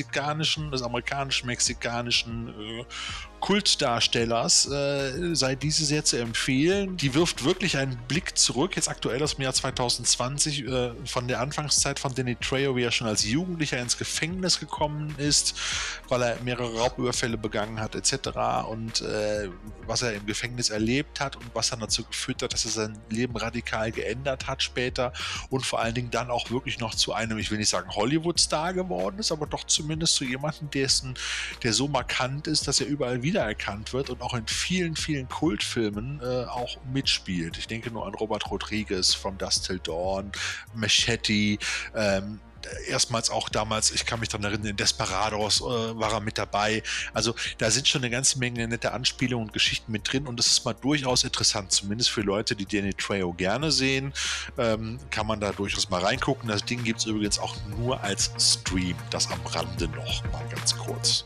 amerikanisch-mexikanischen Kultdarstellers sei diese sehr zu empfehlen. Die wirft wirklich einen Blick zurück, jetzt aktuell aus dem Jahr 2020, von der Anfangszeit von Danny Trejo, wie er schon als Jugendlicher ins Gefängnis gekommen ist, weil er mehrere Raubüberfälle begangen hat etc. Und was er im Gefängnis erlebt hat und was dann dazu geführt hat, dass er sein Leben radikal geändert hat später und vor allen Dingen dann auch wirklich noch zu einem, ich will nicht sagen Hollywood-Star geworden ist, aber doch zumindest zu jemandem, der so markant ist, dass er überall wiedererkannt wird und auch in vielen, vielen Kultfilmen auch mitspielt. Ich denke nur an Robert Rodriguez, From Dusk Till Dawn, Machete, erstmals auch damals, ich kann mich daran erinnern, in Desperados war er mit dabei. Also da sind schon eine ganze Menge nette Anspielungen und Geschichten mit drin und das ist mal durchaus interessant, zumindest für Leute, die Danny Trejo gerne sehen, kann man da durchaus mal reingucken. Das Ding gibt es übrigens auch nur als Stream, das am Rande noch mal ganz kurz.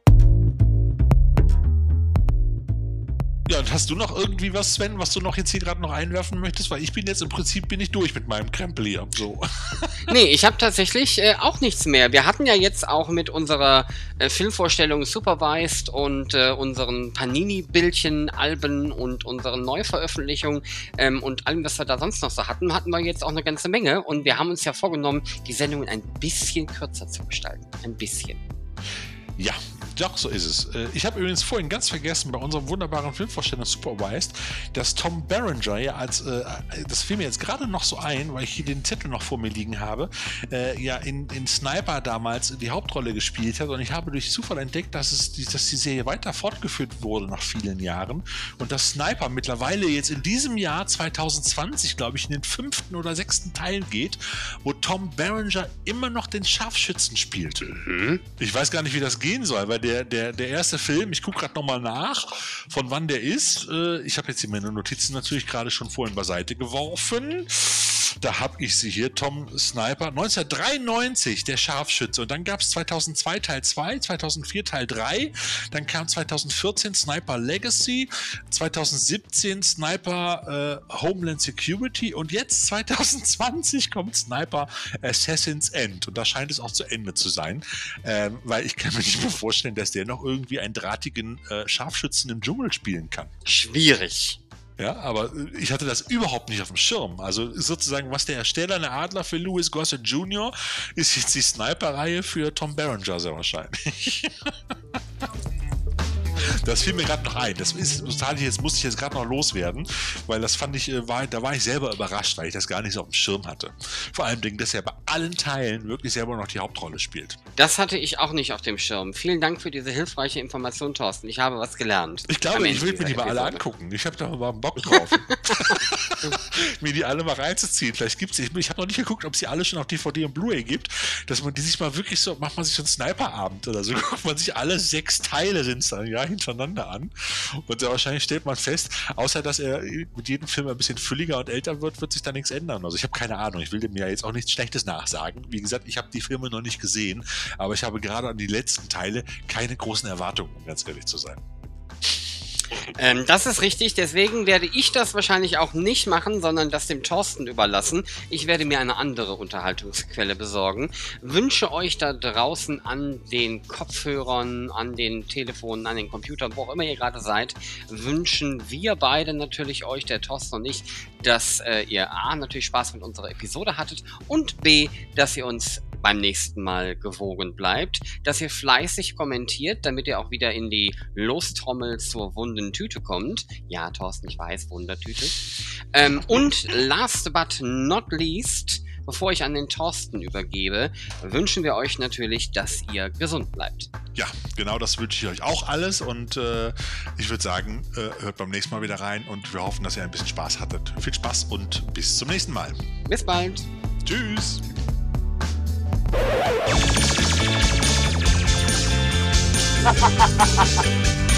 Ja, und hast du noch irgendwie was, Sven, was du noch jetzt hier gerade noch einwerfen möchtest? Weil ich bin jetzt im Prinzip durch mit meinem Krempel hier. So. Nee, ich habe tatsächlich auch nichts mehr. Wir hatten ja jetzt auch mit unserer Filmvorstellung Supervised und unseren Panini-Bildchen, Alben und unseren Neuveröffentlichungen und allem, was wir da sonst noch so hatten wir jetzt auch eine ganze Menge. Und wir haben uns ja vorgenommen, die Sendungen ein bisschen kürzer zu gestalten. Ein bisschen. Ja, doch, so ist es. Ich habe übrigens vorhin ganz vergessen, bei unserem wunderbaren Filmvorsteller Supervised, dass Tom Berenger ja das fiel mir jetzt gerade noch so ein, weil ich hier den Zettel noch vor mir liegen habe, in Sniper damals die Hauptrolle gespielt hat und ich habe durch Zufall entdeckt, dass die Serie weiter fortgeführt wurde nach vielen Jahren und dass Sniper mittlerweile jetzt in diesem Jahr 2020, glaube ich, in den 5. oder 6. Teil geht, wo Tom Berenger immer noch den Scharfschützen spielt. Ich weiß gar nicht, wie das gehen soll, weil der erste Film, ich gucke gerade nochmal nach, von wann der ist. Ich habe jetzt hier meine Notizen natürlich gerade schon vorhin beiseite geworfen. Da habe ich sie hier, Tom Sniper, 1993, der Scharfschütze. Und dann gab es 2002 Teil 2, 2004 Teil 3, dann kam 2014 Sniper Legacy, 2017 Sniper Homeland Security und jetzt 2020 kommt Sniper Assassin's End. Und da scheint es auch zu Ende zu sein, weil ich kann mir nicht mehr vorstellen, dass der noch irgendwie einen drahtigen Scharfschützen im Dschungel spielen kann. Schwierig. Ja, aber ich hatte das überhaupt nicht auf dem Schirm. Also sozusagen, was der Ersteller, eine Adler für Louis Gossett Jr., ist jetzt die Sniper-Reihe für Tom Berenger sehr wahrscheinlich. Das fiel mir gerade noch ein. Das ist total, jetzt muss ich jetzt gerade noch loswerden, weil das fand ich, da war ich selber überrascht, weil ich das gar nicht so auf dem Schirm hatte. Vor allem, dass er bei allen Teilen wirklich selber noch die Hauptrolle spielt. Das hatte ich auch nicht auf dem Schirm. Vielen Dank für diese hilfreiche Information, Thorsten. Ich habe was gelernt. Ich glaube, ich will mir die mal alle angucken. Ich habe da mal Bock drauf. Mir die alle mal reinzuziehen. Vielleicht gibt es, ich habe noch nicht geguckt, ob es die alle schon auf DVD und Blu-ray gibt, dass man die sich mal wirklich so, macht man sich so einen Sniper-Abend oder so, guckt man sich alle 6 Teile sind dann ja hintereinander an und sehr wahrscheinlich stellt man fest, außer dass er mit jedem Film ein bisschen fülliger und älter wird sich da nichts ändern. Also ich habe keine Ahnung, ich will dem ja jetzt auch nichts Schlechtes nachsagen. Wie gesagt, ich habe die Filme noch nicht gesehen, aber ich habe gerade an die letzten Teile keine großen Erwartungen, um ganz ehrlich zu sein. Das ist richtig, deswegen werde ich das wahrscheinlich auch nicht machen, sondern das dem Thorsten überlassen. Ich werde mir eine andere Unterhaltungsquelle besorgen. Wünsche euch da draußen an den Kopfhörern, an den Telefonen, an den Computern, wo auch immer ihr gerade seid, wünschen wir beide natürlich euch, der Thorsten und ich, dass ihr A, natürlich Spaß mit unserer Episode hattet und B, dass ihr uns beim nächsten Mal gewogen bleibt, dass ihr fleißig kommentiert, damit ihr auch wieder in die Lostrommel zur wunden Tüte kommt. Ja, Thorsten, ich weiß, Wundertüte. Und last but not least, bevor ich an den Thorsten übergebe, wünschen wir euch natürlich, dass ihr gesund bleibt. Ja, genau das wünsche ich euch auch alles und ich würde sagen, hört beim nächsten Mal wieder rein und wir hoffen, dass ihr ein bisschen Spaß hattet. Viel Spaß und bis zum nächsten Mal. Bis bald. Tschüss. Ha ha ha ha ha!